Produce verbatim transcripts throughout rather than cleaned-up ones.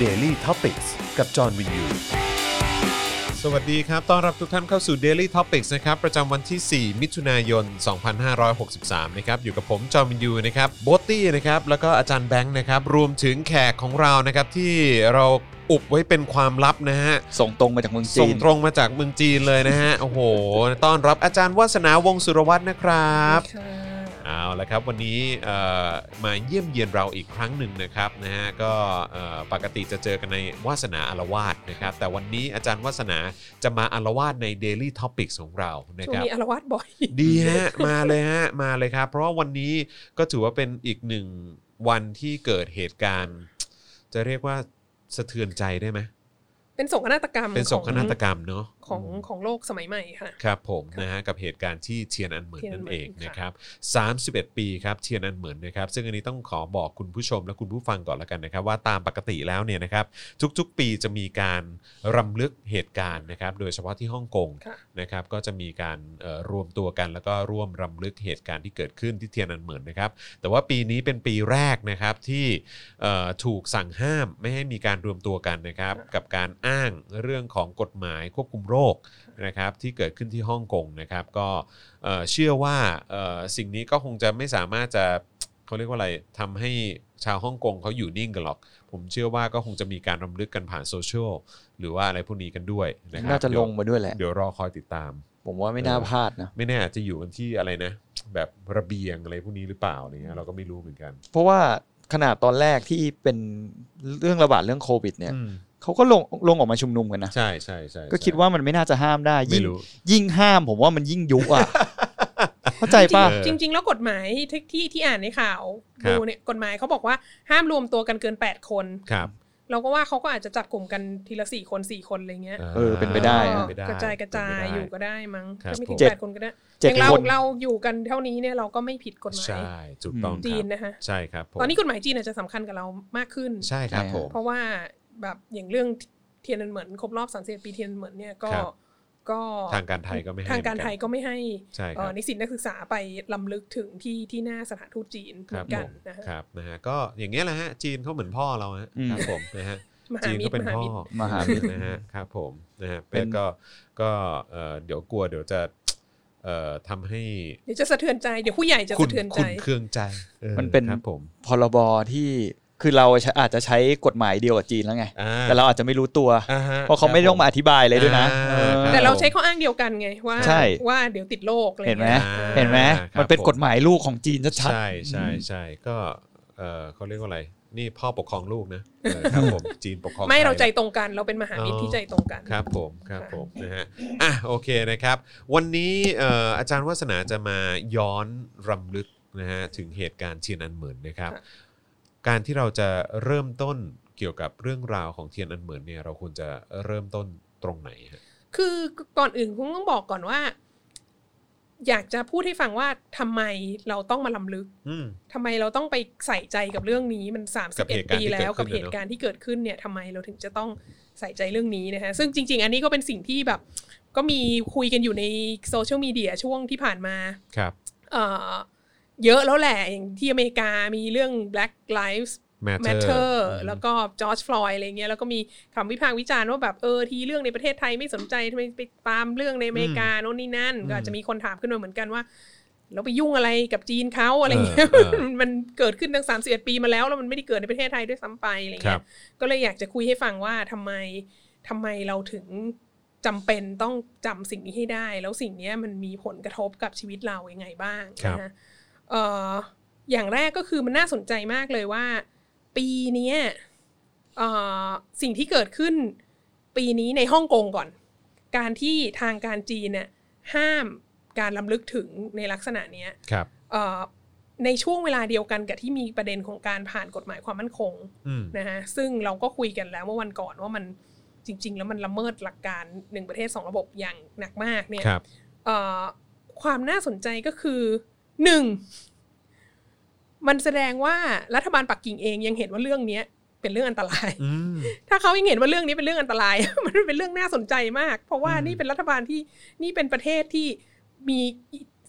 Daily Topics กับจอห์นวินยูสวัสดีครับต้อนรับทุกท่านเข้าสู่ Daily Topics นะครับประจำวันที่สี่มิถุนายนสองพันห้าร้อยหกสิบสามนะครับอยู่กับผมจอห์นวินยูนะครับโบทตี้นะครับแล้วก็อาจารย์แบงค์นะครับรวมถึงแขกของเรานะครับที่เราอุบไว้เป็นความลับนะฮะส่งตรงมาจากเมืองจีนส่งตรงมาจากเมืองจีนเลยนะฮะ โอ้โหต้อนรับอาจารย์วาสนาวงศ์สุรวัฒน์นะครับเอาละครับวันนี้มาเยี่ยมเยียนเราอีกครั้งหนึ่งนะครับนะฮะก็ปกติจะเจอกันในวาสนาอาละวาดนะครับแต่วันนี้อาจารย์วาสนาจะมาอาละวาดใน Daily Topics ของเรานะครับช่วงนี้อาละวาดบ่อยดีฮะมาเลยฮะมาเลยครับเพราะว่าวันนี้ก็ถือว่าเป็นอีกหนึ่งวันที่เกิดเหตุการณ์จะเรียกว่าสะเทือนใจได้ไหมเป็นโศกนาฏกรรมเป็นโศกนาฏกรรมเนาะของของโลกสมัยใหม่ค่ะครับผมนะฮะกับเหตุการณ์ที่เทียนอันเหมินนั่นเองนะครับสามสิบเอ็ดปีครับเทียนอันเหมินนะครับซึ่งอันนี้ต้องขอบอกคุณผู้ชมและคุณผู้ฟังก่อนละกันนะครับว่าตามปกติแล้วเนี่ยนะครับทุกๆปีจะมีการรำลึกเหตุการณ์นะครับโดยเฉพาะที่ฮ่องกงนะครับก็จะมีการรวมตัวกันแล้วก็ร่วมรำลึกเหตุการณ์ที่เกิดขึ้นที่เทียนอันเหมินนะครับแต่ว่าปีนี้เป็นปีแรกนะครับที่ถูกสั่งห้ามไม่ให้มีการรวมตัวกันนะครับกับการอ้างเรื่องของกฎหมายควบคุมโรคนะครับที่เกิดขึ้นที่ฮ่องกงนะครับก็เชื่อว่าสิ่งนี้ก็คงจะไม่สามารถจะเขาเรียกว่าอะไรทำให้ชาวฮ่องกงเขาอยู่นิ่งกันหรอกผมเชื่อว่าก็คงจะมีการรำลึกกันผ่านโซเชียลหรือว่าอะไรพวกนี้กันด้วยนะครับน่าจะลงมาด้วยแหละเดี๋ยวรอคอยติดตามผมว่าไม่น่าพลาดนะไม่แน่อาจจะอยู่กันที่อะไรนะแบบระเบียงอะไรพวกนี้หรือเปล่าอะไรเงี้ยเราก็ไม่รู้เหมือนกันเพราะว่าขนาดตอนแรกที่เป็นเรื่องระบาดเรื่องโควิดเนี่ยเขาก็ลงลงออกมาชุมนุมกันนะใช่ใช่ใช่ก็คิดว่ามันไม่น่าจะห้ามได้ยิ่งยิ่งห้ามผมว่ามันยิ่งยุอ่ะเข้าใจป่ะจริงๆแล้วกฎหมายที่ที่ที่อ่านในข่าวดูเนี่ยกฎหมายเขาบอกว่าห้ามรวมตัวกันเกินแปดคนครับเราก็ว่าเขาก็อาจจะจัดกลุ่มกันทีละสี่คนสี่คนอะไรเงี้ยเออเป็นไปได้กระจายกระจายอยู่ก็ได้มั้งจะไม่ถึงแปดคนก็ได้อย่างเราเราอยู่กันเท่านี้เนี่ยเราก็ไม่ผิดกฎหมายใช่ถูกต้องจีนนะฮะใช่ครับตอนนี้กฎหมายจีนอาจจะสำคัญกับเรามากขึ้นใช่ครับผมเพราะว่าแบบอย่างเรื่องเทียนอันเหมินครบรอบสามสิบเอ็ดปีเทียนอันเหมินเนี่ยก็ก็ทางการไทยก็ไม่ให้ทางการไทยก็ไม่ให้นิสิตนักศึกษาไปรำลึกถึงที่ที่หน้าสถานทูตจีนเหมือนกันนะฮะครับนะฮะก็อย่างเงี้ยแหละฮะจีนเขาเหมือนพ่อเราฮะครับผมนะฮะจีนก็เป็นพ่อมหามิตรนะฮะครับผมนะฮะเป็นก็ก็เดี๋ยวกลัวเดี๋ยวจะเอ่อทำให้เดี๋ยวจะสะเทือนใจเดี๋ยวผู้ใหญ่จะสะเทือนใจเครื่องใจมันเป็นพรบที่คือเราอาจจะใช้กฎหมายเดียวกับจีนแล้วไงแต่เราอาจจะไม่รู้ตัวเพราะเขาไม่ต้องมาอธิบายเลยด้วยนะแต่เราใช้ข้ออ้างเดียวกันไงว่าว่าเดี๋ยวติดโรคอะไรเห็นไหมเห็นไหมมันเป็นกฎหมายลูกของจีนชัดๆใช่ใช่ใช่ก็เขาเรียกว่าอะไรนี่พ่อปกครองลูกนะครับผมจีนปกครองไม่เราใจตรงกันเราเป็นมหามิตรที่ใจตรงกันครับผมครับผมนะฮะอ่ะโอเคนะครับวันนี้อาจารย์วาสนาจะมาย้อนรำลึกนะฮะถึงเหตุการณ์เทียนอันเหมินนะครับการที่เราจะเริ่มต้นเกี่ยวกับเรื่องราวของเทียนอันเหมินเนี่ยเราควรจะเริ่มต้นตรงไหนฮะคือก่อนอื่นผมต้องบอกก่อนว่าอยากจะพูดให้ฟังว่าทำไมเราต้องมาลำลึกทำไมเราต้องไปใส่ใจกับเรื่องนี้มันสามสิบเอ็ดปีแล้วกับเหตุการณ์ที่เกิดขึ้นเนี่ยทำไมเราถึงจะต้องใส่ใจเรื่องนี้นะฮะซึ่งจริงๆอันนี้ก็เป็นสิ่งที่แบบก็มีคุยกันอยู่ในโซเชียลมีเดียช่วงที่ผ่านมาครับเอ่อเยอะแล้วแหละอย่างที่อเมริกามีเรื่อง Black Lives Matter แล้วก็ George Floyd อะไรเงี้ยแล้วก็มีคำวิพากษ์วิจารณ์ว่าแบบเออทีเรื่องในประเทศไทยไม่สนใจทำไมไปตามเรื่องในอเมริกาโน่นนี่นั่นก็อาจจะมีคนถามขึ้นมาเหมือนกันว่าแล้วไปยุ่งอะไรกับจีนเขาอะไรเงี้ยมันเกิดขึ้นตั้งสามสิบเอ็ดปีมาแล้วแล้วมันไม่ได้เกิดในประเทศไทยด้วยซ้ำไปอะไรเงี้ยก็เลยอยากจะคุยให้ฟังว่าทำไมทำไมเราถึงจำเป็นต้องจำสิ่งนี้ให้ได้แล้วสิ่งนี้มันมีผลกระทบกับชีวิตเรายังไงบ้างนะฮะเอ่ออย่างแรกก็คือมันน่าสนใจมากเลยว่าปีนี้เอ่อสิ่งที่เกิดขึ้นปีนี้ในฮ่องกงก่อนการที่ทางการจีนเนี่ยห้ามการรำลึกถึงในลักษณะนี้ครับเอ่อในช่วงเวลาเดียวกันกับที่มีประเด็นของการผ่านกฎหมายความมั่นคงนะฮะซึ่งเราก็คุยกันแล้วเมื่อวันก่อนว่ามันจริงๆแล้วมันละเมิดหลักการหนึ่งประเทศสองระบบอย่างหนักมากเนี่ยเอ่อความน่าสนใจก็คือหนึ่งมันแสดงว่ารัฐบาลปักกิ่งเองยังเห็นว่าเรื่องนี้เป็นเรื่องอันตรายถ้าเขายังเห็นว่าเรื่องนี้เป็นเรื่องอันตราย มันเป็นเรื่องน่าสนใจมากเพราะว่านี่เป็นรัฐบาลที่นี่เป็นประเทศที่มี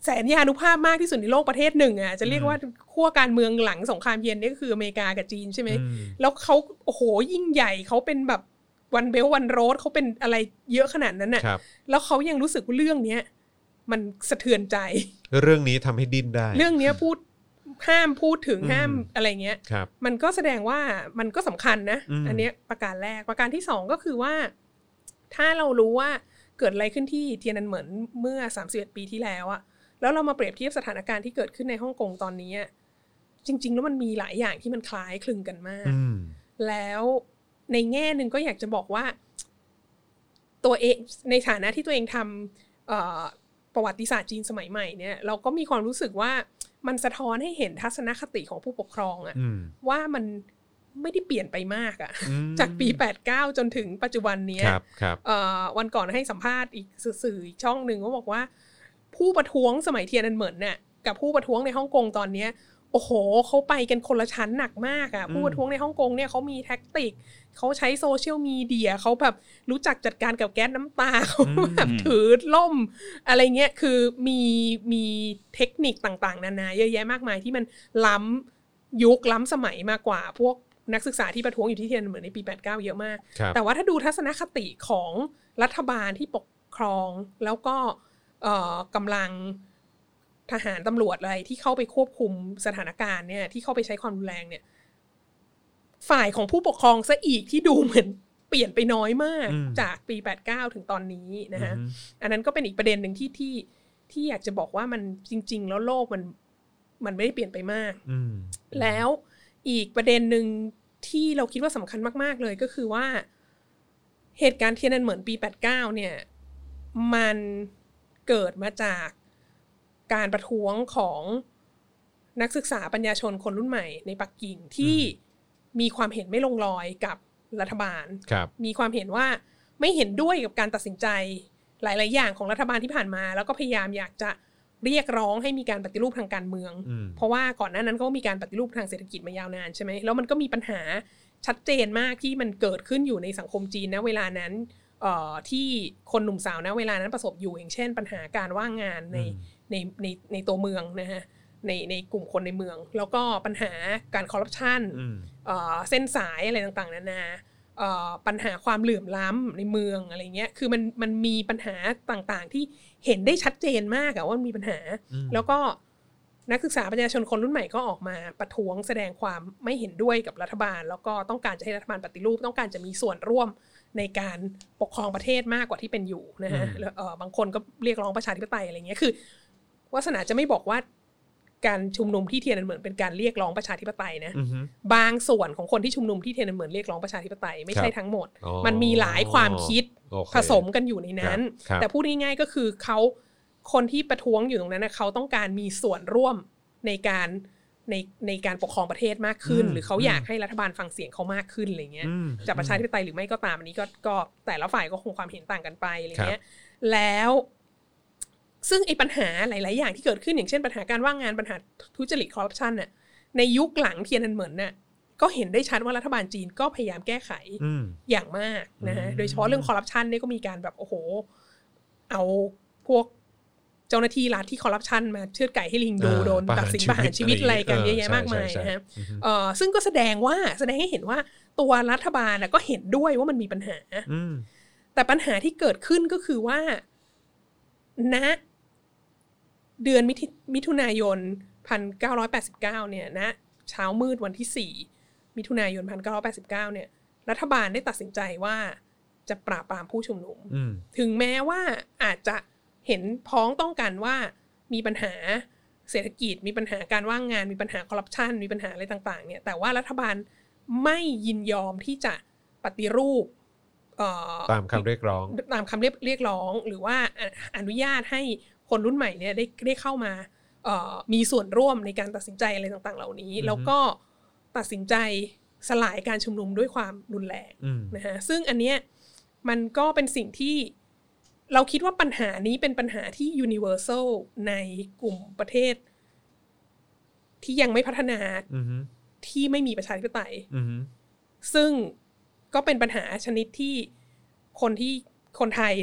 แสนยานุภาพมากที่สุดในโลกประเทศหนึ่งอ่ะจะเรียกว่าขั้วการเมืองหลังสงครามเย็นนี่ก็คืออเมริกากับจีนใช่ไหมแล้วเขาโอ้โหยิ่งใหญ่เขาเป็นแบบวันเบลวันโรดเขาเป็นอะไรเยอะขนาดนั้นน่ะแล้วเขายังรู้สึกว่าเรื่องเนี้ยมันสะเทือนใจเรื่องนี้ทำให้ดิ้นได้เรื่องนี้พูดห้ามพูดถึงห้ามอะไรเงี้ยมันก็แสดงว่ามันก็สำคัญนะ อ, อันนี้ประการแรกประการที่สองก็คือว่าถ้าเรารู้ว่าเกิดอะไรขึ้นที่เทียนอันเหมินเมื่อสามสิบเอ็ดปีที่แล้วอะแล้วเรามาเปรียบเทียบสถานการณ์ที่เกิดขึ้นในฮ่องกงตอนนี้จริงๆแล้วมันมีหลายอย่างที่มันคล้ายคลึงกันมากแล้วในแง่นึงก็อยากจะบอกว่าตัวเองในฐานะที่ตัวเองทำประวัติศาสตร์จีนสมัยใหม่เนี่ยเราก็มีความรู้สึกว่ามันสะท้อนให้เห็นทัศนคติของผู้ปกครองอะว่ามันไม่ได้เปลี่ยนไปมากอะจากปีแปดสิบเก้าจนถึงปัจจุบันนี้วันก่อนให้สัมภาษณ์อีกสื่ออีกช่องนึงก็บอกว่าผู้ประท้วงสมัยเทียนอันเหมินน่ะกับผู้ประท้วงในฮ่องกงตอนนี้โอ้โหเขาไปกันคนละชั้นหนักมากอะผู้ประท้วงในฮ่องกงเนี่ยเขามีแท็กติกเขาใช้โซเชียลมีเดียเขาแบบรู้จักจัดการกับแก๊สน้ำตาเขาแบบถือล่มอะไรเงี้ยคือมีมีเทคนิคต่างๆนานาเยอะแยะมากมายที่มันล้ำยุคล้ำสมัยมากกว่าพวกนักศึกษาที่ประท้วงอยู่ที่เทียนเหมือนในปีแปดสิบเก้าเยอะมากแต่ว่าถ้าดูทัศนคติของรัฐบาลที่ปกครองแล้วก็กำลังทหารตำรวจอะไรที่เข้าไปควบคุมสถานการณ์เนี่ยที่เข้าไปใช้ความรุนแรงเนี่ยฝ่ายของผู้ปกครองซะอีกที่ดูเหมือนเปลี่ยนไปน้อยมากจากปีแปดสิบเก้าถึงตอนนี้นะฮะอันนั้นก็เป็นอีกประเด็นหนึ่งที่ที่ที่อยากจะบอกว่ามันจริงๆแล้วโลกมันมันไม่ได้เปลี่ยนไปมากแล้วอีกประเด็นหนึ่งที่เราคิดว่าสำคัญมากๆเลยก็คือว่าเหตุการณ์เทียนอันเหมินปีแปดสิบเก้าเนี่ยมันเกิดมาจากการประท้วงของนักศึกษาปัญญาชนคนรุ่นใหม่ในปักกิ่งที่มีความเห็นไม่ลงรอยกับรัฐบาลมีความเห็นว่าไม่เห็นด้วยกับการตัดสินใจหลายๆอย่างของรัฐบาลที่ผ่านมาแล้วก็พยายามอยากจะเรียกร้องให้มีการปฏิรูปทางการเมืองเพราะว่าก่อนหน้านั้นก็มีการปฏิรูปทางเศรษฐกิจมายาวนานใช่ไหมแล้วมันก็มีปัญหาชัดเจนมากที่มันเกิดขึ้นอยู่ในสังคมจีนนะเวลานั้นที่คนหนุ่มสาวนะเวลานั้นประสบอยู่อย่างเช่นปัญหาการว่างงานในในในในตัวเมืองนะฮะในในกลุ่มคนในเมืองแล้วก็ปัญหาการคอร์รัปชันเส้นสายอะไรต่างๆนานาปัญหาความเหลื่อมล้ำในเมืองอะไรเงี้ยคือมันมันมีปัญหาต่างๆที่เห็นได้ชัดเจนมากอะว่ามีปัญหาแล้วก็นักศึกษาประชาชนคนรุ่นใหม่ก็ออกมาประท้วงแสดงความไม่เห็นด้วยกับรัฐบาลแล้วก็ต้องการจะให้รัฐบาลปฏิรูปต้องการจะมีส่วนร่วมในการปกครองประเทศมากกว่าที่เป็นอยู่นะฮะแล้วบางคนก็เรียกร้องประชาธิปไตยอะไรเงี้ยคือวาสนาจะไม่บอกว่าการชุมนุมที่เทียนอันเหมินเป็นการเรียกร้องประชาธิปไตยนะบางส่วนของคนที่ชุมนุมที่เทียนอันเหมินเรียกร้องประชาธิปไตยไม่ใช่ทั้งหมดมันมีหลายความคิดผสมกันอยู่ในนั้นแต่พูดง่ายๆก็คือเขาคนที่ประท้วงอยู่ตรงนั้นนะเขาต้องการมีส่วนร่วมในการในในการปกครองประเทศมากขึ้นหรือเขาอยากให้รัฐบาลฟังเสียงเขามากขึ้นอะไรเงี้ยจากประชาธิปไตยหรือไม่ก็ตามอันนี้ก็ก็แต่ละฝ่ายก็คงความเห็นต่างกันไปอะไรเงี้ยแล้วซึ่งไอ้ปัญหาหลายๆอย่างที่เกิดขึ้นอย่างเช่นปัญหาการว่างงานปัญหาทุจริตคอร์รัปชันน่ะในยุคหลังเทียนอันเหมินน่ะก็เห็นได้ชัดว่ารัฐบาลจีนก็พยายามแก้ไขอย่างมากนะฮะโดยเฉพาะเรื่องคอร์รัปชันเนี่ยก็มีการแบบโอ้โหเอาพวกเจ้าหน้าที่รัฐที่คอร์รัปชันมาเชือดไก่ให้ลิงดูโดนตัดสินประหารชีวิตอะไรกันเยอะแยะมากมายนะฮะซึ่งก็แสดงว่าแสดงให้เห็นว่าตัวรัฐบาลน่ะก็เห็นด้วยว่ามันมีปัญหาแต่ปัญหาที่เกิดขึ้นก็คือว่าณเดือนมิถุนายนหนึ่งพันเก้าร้อยแปดสิบเก้าเนี่ยนะเช้ามืดวันที่สี่มิถุนายนหนึ่งพันเก้าร้อยแปดสิบเก้าเนี่ยรัฐบาลได้ตัดสินใจว่าจะปราบปรามผู้ชุมนุมถึงแม้ว่าอาจจะเห็นพ้องต้องกันว่ามีปัญหาเศรษฐกิจมีปัญหาการว่างงานมีปัญหาคอร์รัปชันมีปัญหาอะไรต่างๆเนี่ยแต่ว่ารัฐบาลไม่ยินยอมที่จะปฏิรูปตามคำเรียกร้องตามคำเรียกเรียกร้องหรือว่าอนุญาตให้คนรุ่นใหม่เนี่ยได้ได้เข้ามามีส่วนร่วมในการตัดสินใจอะไรต่างๆเหล่านี้แล้วก็ตัดสินใจสลายการชุมนุมด้วยความรุนแรงนะฮะซึ่งอันเนี้ยมันก็เป็นสิ่งที่เราคิดว่าปัญหานี้เป็นปัญหาที่ universal ในกลุ่มประเทศที่ยังไม่พัฒนาที่ไม่มีประชาธิปไตยซึ่งก็เป็นปัญหาชนิดที่คนที่คนไทยเนี่ย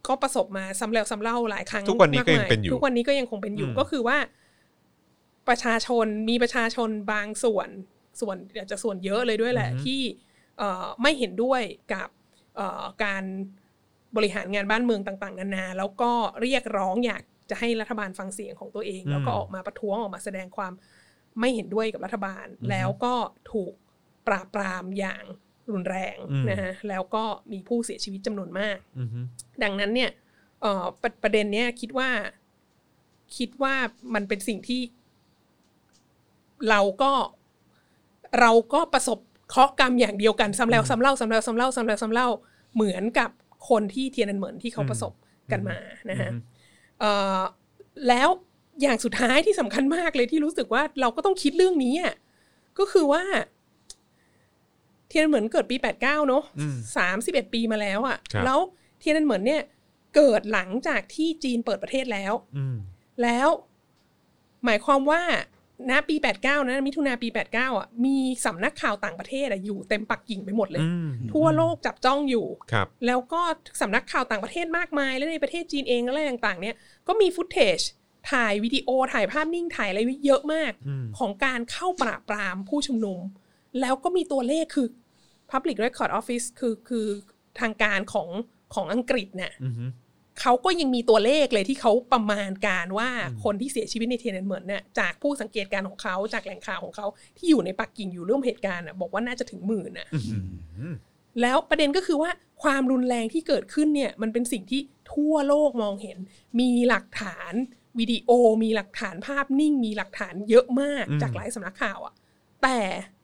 ก็ประสบมาซ้ำแล้วซ้ำเล่าหลายครั้งทุกวันนี้ก็ยังเป็นอยู่ทุกวันนี้ก็ยังคงเป็นอยู่ก็คือว่าประชาชนมีประชาชนบางส่วนส่วนอาจจะส่วนเยอะเลยด้วยแหละที่ไม่เห็นด้วยกับการบริหารงานบ้านเมืองต่างๆนานาแล้วก็เรียกร้องอยากจะให้รัฐบาลฟังเสียงของตัวเองแล้วก็ออกมาประท้วงออกมาแสดงความไม่เห็นด้วยกับรัฐบาลแล้วก็ถูกปราบปรามอย่างรุนแรงนะฮะแล้วก็มีผู้เสียชีวิตจำนวนมากดังนั้นเนี่ยป, ประเด็นเนี้ยคิดว่าคิดว่ามันเป็นสิ่งที่เราก็เราก็ประสบเคราะห์กรรมอย่างเดียวกันซ้ำแล้วซ้ำเล่าซ้ำแล้วซ้ำเล่าซ้ำแล้วซ้ำเล่าเหมือนกับคนที่เทียนอันเหมินที่เขาประสบกันมานะฮะแล้วอย่างสุดท้ายที่สำคัญมากเลยที่รู้สึกว่าเราก็ต้องคิดเรื่องนี้อ่ะก็คือว่าเทียนอันเหมินเกิดปีแปดสิบเก้าเนอะสามสิบเอ็ดปีมาแล้วอ่ะแล้วเทียนอันเหมินเนี่ยเกิดหลังจากที่จีนเปิดประเทศแล้วแล้วหมายความว่าณปีแปดสิบเก้านะมิถุนาปีแปดสิบเก้าอ่ะมีสำนักข่าวต่างประเทศอ่ะอยู่เต็มปักกิ่งไปหมดเลยทั่วโลกจับจ้องอยู่แล้วก็สำนักข่าวต่างประเทศมากมายและในประเทศจีนเองอะไรต่างๆเนี่ยก็มีฟุตเทจถ่ายวิดีโอถ่ายภาพนิ่งถ่ายอะไรไว้เยอะมากของการเข้าปราบปรามผู้ชุมนุมแล้วก็มีตัวเลขคือ Public Record Office คือคือทางการของของอังกฤษเนี่ยเขาก็ยังมีตัวเลขเลยที่เขาประมาณการว่าคนที่เสียชีวิตในเทียนอันเหมินเนี่ยจากผู้สังเกตการณ์ของเขาจากแหล่งข่าวของเขาที่อยู่ในปักกิ่งอยู่ร่วมเหตุการณ์อ่ะบอกว่าน่าจะถึงหมื่นอ่ะแล้วประเด็นก็คือว่าความรุนแรงที่เกิดขึ้นเนี่ยมันเป็นสิ่งที่ทั่วโลกมองเห็นมีหลักฐานวิดีโอมีหลักฐานภาพนิ่งมีหลักฐานเยอะมากจากหลายสำนักข่าวอ่ะแต่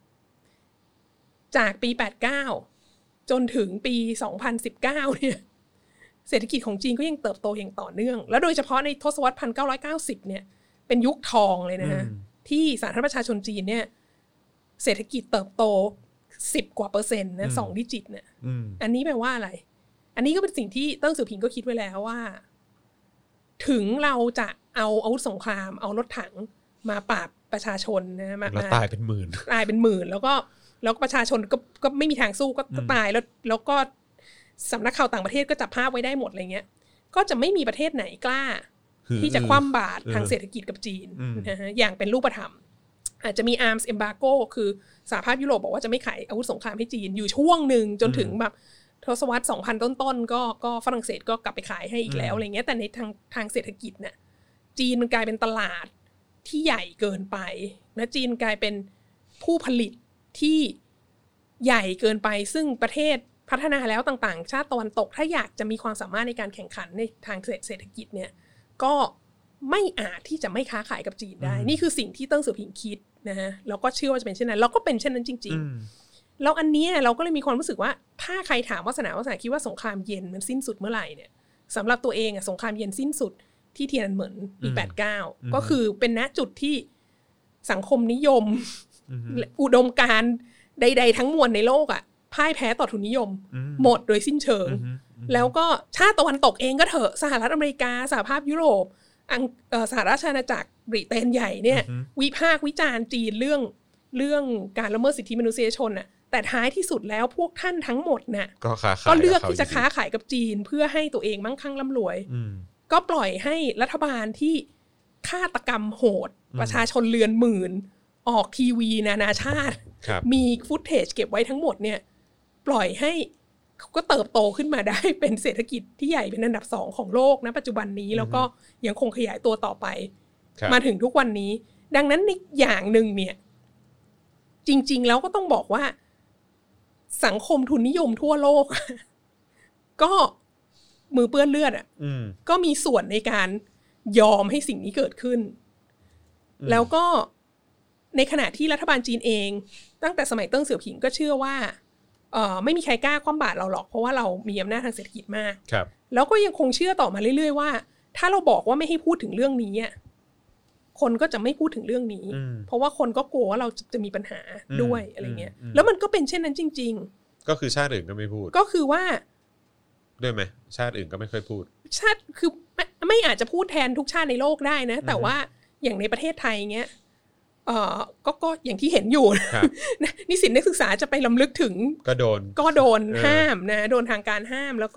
จากปีแปดสิบเก้าจนถึงปีสองพันสิบเก้าเนี่ยเศรษฐกิจของจีนก็ยังเติบโตอย่างต่อเนื่องแล้วโดยเฉพาะในทศวรรษหนึ่งพันเก้าร้อยเก้าสิบเนี่ยเป็นยุคทองเลยนะฮะที่สาธารณรัฐประชาชนจีนเนี่ยเศรษฐกิจเติบโตสิบกว่าเปอร์เซ็นต์นะสองดิจิตเนี่ยอันนี้แปลว่าอะไรอันนี้ก็เป็นสิ่งที่เติ้งเสี่ยวผิงก็คิดไว้แล้วว่าถึงเราจะเอาอาวุธสงครามเอารถถังมาปราบประชาชนนะมาตายเป็นหมื่นตายเป็นหมื่นแล้วก็แล้วก็ประชาชนก็ก็ไม่มีทางสู้ก็ตายแล้วแล้วก็สำนักข่าวต่างประเทศก็จับภาพไว้ได้หมดอะไรเงี้ยก็จะไม่มีประเทศไหนกล้าที่จะคว่ำบาตรทางเศรษฐกิจกับจีนนะฮะอย่างเป็นรูปธรรมอาจจะมี arms embargo คือสหภาพยุโรปบอกว่าจะไม่ขายอาวุธสงครามให้จีนอยู่ช่วงหนึ่งจนถึงแบบทศวรรษสองพันต้นๆก็ก็ฝรั่งเศสก็กลับไปขายให้อีกแล้วอะไรเงี้ยแต่ในทางทางเศรษฐกิจเนี่ยจีนมันกลายเป็นตลาดที่ใหญ่เกินไปและจีนกลายเป็นผู้ผลิตที่ใหญ่เกินไปซึ่งประเทศพัฒนาแล้วต่างๆชาติตะวันตกถ้าอยากจะมีความสามารถในการแข่งขันในทางเศรษฐกิจเนี่ยก็ไม่อาจที่จะไม่ค้าขายกับจีนได้นี่คือสิ่งที่เติ้งเสี่ยวผิงคิดนะฮะแล้วก็เชื่อว่าจะเป็นเช่นนั้นแล้วก็เป็นเช่นนั้นจริงๆแล้วอันนี้เราก็เลยมีความรู้สึกว่าถ้าใครถามวาสนาวัสนาคิดว่าสงครามเย็นมันสิ้นสุดเมื่อไหร่เนี่ยสำหรับตัวเองอะสงครามเย็นสิ้นสุดที่เทียนอันเหมินปีแปดสิบเก้าก็คือเป็นณจุดที่สังคมนิยมอุดมการณ์ใดๆทั้งมวลในโลกอะพ่ายแพ้ต่อทุนนิยมหมดโดยสิ้นเชิงแล้วก็ชาติตะวันตกเองก็เถอะสหรัฐอเมริกาสหภาพยุโรปสหราชอาณาจักรบริเตนใหญ่เนี่ยวิพากษ์วิจารณ์จีนเรื่องเรื่องการละเมิดสิทธิมนุษยชนน่ะแต่ท้ายที่สุดแล้วพวกท่านทั้งหมดน่ะก็เลือกที่จะค้าขายกับจีนเพื่อให้ตัวเองมั่งคั่งร่ำรวยก็ปล่อยให้รัฐบาลที่ฆาตกรรมโหดประชาชนเรือนหมื่นออกทีวีนานาชาติมีฟุตเทจเก็บไว้ทั้งหมดเนี่ยปล่อยให้เขาก็เติบโตขึ้นมาได้เป็นเศรษฐกิจที่ใหญ่เป็นอันดับสองของโลกนะปัจจุบันนี้แล้วก็ยังคงขยายตัวต่อไปมาถึงทุกวันนี้ดังนั้นในอย่างหนึ่งเนี่ยจริงๆแล้วก็ต้องบอกว่าสังคมทุนนิยมทั่วโลกก็มือเปื้อนเลือดอ่ะก็มีส่วนในการยอมให้สิ่งนี้เกิดขึ้นแล้วก็ในขณะที่รัฐบาลจีนเองตั้งแต่สมัยเติ้งเสี่ยวผิงก็เชื่อว่าเอ่อไม่มีใครกล้าคว่ำบาตรเราหรอกเพราะว่าเรามีอำนาจทางเศรษฐกิจมากครับแล้วก็ยังคงเชื่อต่อมาเรื่อยๆว่าถ้าเราบอกว่าไม่ให้พูดถึงเรื่องนี้อ่ะคนก็จะไม่พูดถึงเรื่องนี้เพราะว่าคนก็กลัวว่าเราจะมีปัญหาด้วยอะไรเงี้ยแล้วมันก็เป็นเช่นนั้นจริงๆก็คือชาติอื่นก็ไม่พูดก็คือว่าด้วยไหมชาติอื่นก็ไม่ค่อยพูดชาติคือไม่ไม่อาจจะพูดแทนทุกชาติในโลกได้นะแต่ว่าอย่างในประเทศไทยเงี้ยเอ่อก็ก็อย่างที่เห็นอยู่นิสิตนักศึกษาจะไปรำลึกถึงก็โดนก็โดนห้ามนะโดนทางการห้ามแล้วก็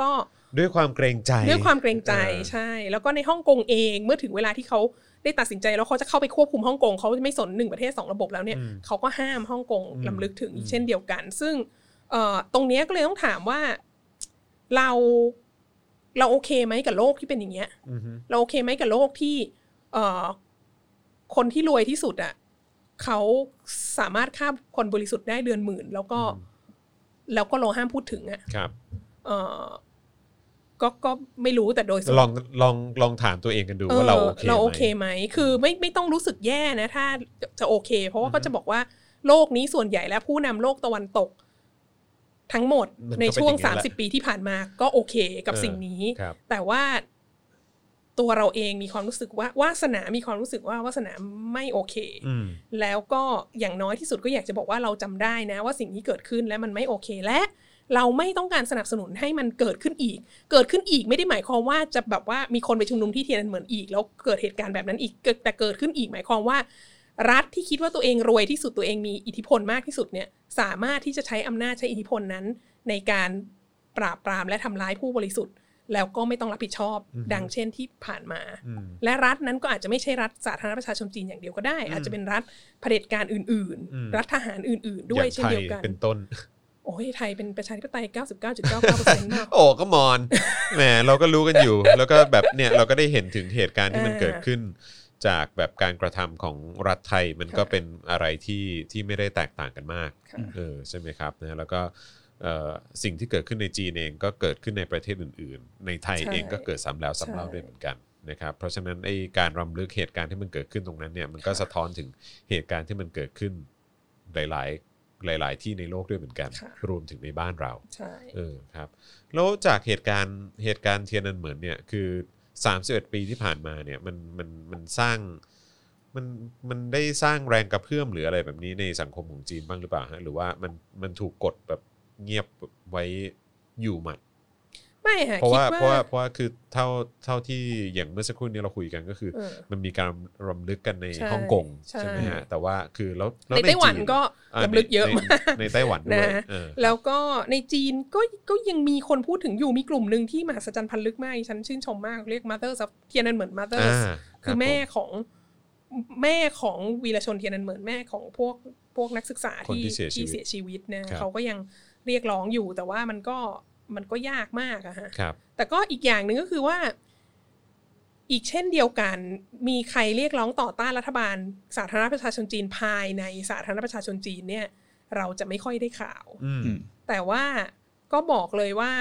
ด้วยความเกรงใจด้วยความเกรงใจใช่แล้วก็ในฮ่องกงเองเมื่อถึงเวลาที่เขาได้ตัดสินใจแล้วเขาจะเข้าไปควบคุมฮ่องกงเขาไม่สนหนึ่งประเทศสองระบบแล้วเนี่ยเขาก็ห้ามฮ่องกงล้ำลึกถึงเช่นเดียวกันซึ่งเอ่อตรงนี้ก็เลยต้องถามว่าเราเราโอเคไหมกับโลกที่เป็นอย่างเงี้ยเราโอเคไหมกับโลกที่เอ่อคนที่รวยที่สุดอ่ะเขาสามารถฆ่าคนบริสุทธิ์ได้เดือนหมื่นแล้วก็แล้วก็เราห้ามพูดถึงอ่ะครับเอ่อก็ก็ไม่รู้แต่โดยลองลองลองถามตัวเองกันดูว่าเราโอเคเราโอเคไหมคือไม่ไม่ต้องรู้สึกแย่นะถ้าจะโอเคเพราะว่าก็จะบอกว่าโลกนี้ส่วนใหญ่แล้วผู้นำโลกตะวันตกทั้งหมดในช่วงสามสิบปีที่ผ่านมาก็โอเคกับสิ่งนี้แต่ว่าตัวเราเองมีความรู้สึกว่าวาสนามีความรู้สึกว่าวาสนาไม่โอเคแล้วก็อย่างน้อยที่สุดก็อยากจะบอกว่าเราจำได้นะว่าสิ่งนี้เกิดขึ้นและมันไม่โอเคและเราไม่ต้องการสนับสนุนให้มันเกิดขึ้นอีกเกิดขึ้นอีกไม่ได้หมายความว่าจะแบบว่ามีคนไปชุมนุมที่เทียนอันเหมือนอีกแล้วเกิดเหตุการณ์แบบนั้นอีกแต่เกิดขึ้นอีกหมายความว่ารัฐที่คิดว่าตัวเองรวยที่สุดตัวเองมีอิทธิพลมากที่สุดเนี่ยสามารถที่จะใช้อำนาจใช้อิทธิพลนั้นในการปราบปรามและทำร้ายผู้บริสุทธิ์แล้วก็ไม่ต้องรับผิดชอบดังเช่นที่ผ่านมาและรัฐนั้นก็อาจจะไม่ใช่รัฐสาธารณประชาชนจีนอย่างเดียวก็ได้อาจจะเป็นรัฐเผด็จการอื่นๆรัฐทหารอื่นๆด้วยเช่นเดียวกันเป็นต้นโอ้ยไทยเป็นประชาธิปไตย เก้าสิบเก้าจุดเก้าเก้าเปอร์เซ็นต์ มากโอ้ก็มอนแหมเราก็รู้กันอยู่แล้วก็แบบเนี่ยเราก็ได้เห็นถึงเหตุการณ์ที่มันเกิดขึ้นจากแบบการกระทำของรัฐไทยมันก็เป็นอะไรที่ที่ไม่ได้แตกต่างกันมากเออใช่ไหมครับนะแล้วก็สิ่งที่เกิดขึ้นในจีนเองก็เกิดขึ้นในประเทศอื่นๆในไทยเองก็เกิดซ้ำแล้วซ้ำเล่าด้วยเหมือนกันนะครับเพราะฉะนั้นไอ้การรำลึกเหตุการณ์ที่มันเกิดขึ้นตรงนั้นเนี่ยมันก็สะท้อนถึงเหตุการณ์ที่มันเกิดขึ้นหลายๆหลายๆที่ในโลกด้วยเหมือนกันรวมถึงในบ้านเราเออครับแล้วจากเหตุการณ์เหตุการณ์เทียนอันเหมือนเนี่ยคือสามสิบเอ็ดปีที่ผ่านมาเนี่ยมันมันมันสร้างมันมันได้สร้างแรงกระเพื่อมหรืออะไรแบบนี้ในสังคมของจีนบ้างหรือเปล่าฮะหรือว่ามันมันถูกกดแบบเงียบไว้อยู่หมัดไม่ค่ะเพราะว่าเพราะว่าเพราะว่าคือเท่าเท่าที่อย่างเมื่อสักครู่นี้เราคุยกันก็คือมันมีการรำลึกกันในฮ่องกงใช่ไหมฮะแต่ว่าคือแล้วในไต้หวันก็รำลึกเยอะมากในไต้หวันด้วยแล้วก็ในจีนก็ก็ยังมีคนพูดถึงอยู่มีกลุ่มนึงที่มหัศจรรย์พันลึกมากฉันชื่นชมมากเรียก Mothers of เทียนอันเหมือน Mothers คือแม่ของแม่ของวีรชนเทียนอันเหมือนแม่ของพวกพวกนักศึกษาที่ที่เสียชีวิตนะเขาก็ยังเรียกร้องอยู่แต่ว่ามันก็มันก็ยากมากอะฮะแต่ก็อีกอย่างหนึ่งก็คือว่าอีกเช่นเดียวกันมีใครเรียกร้องต่อต้านรัฐบาลสาธารณประชาชนจีนภายในสาธารณประชาชนจีนเนี่ยเราจะไม่ค่อยได้ข่าวแต่ว่าก็บอกเลยว่า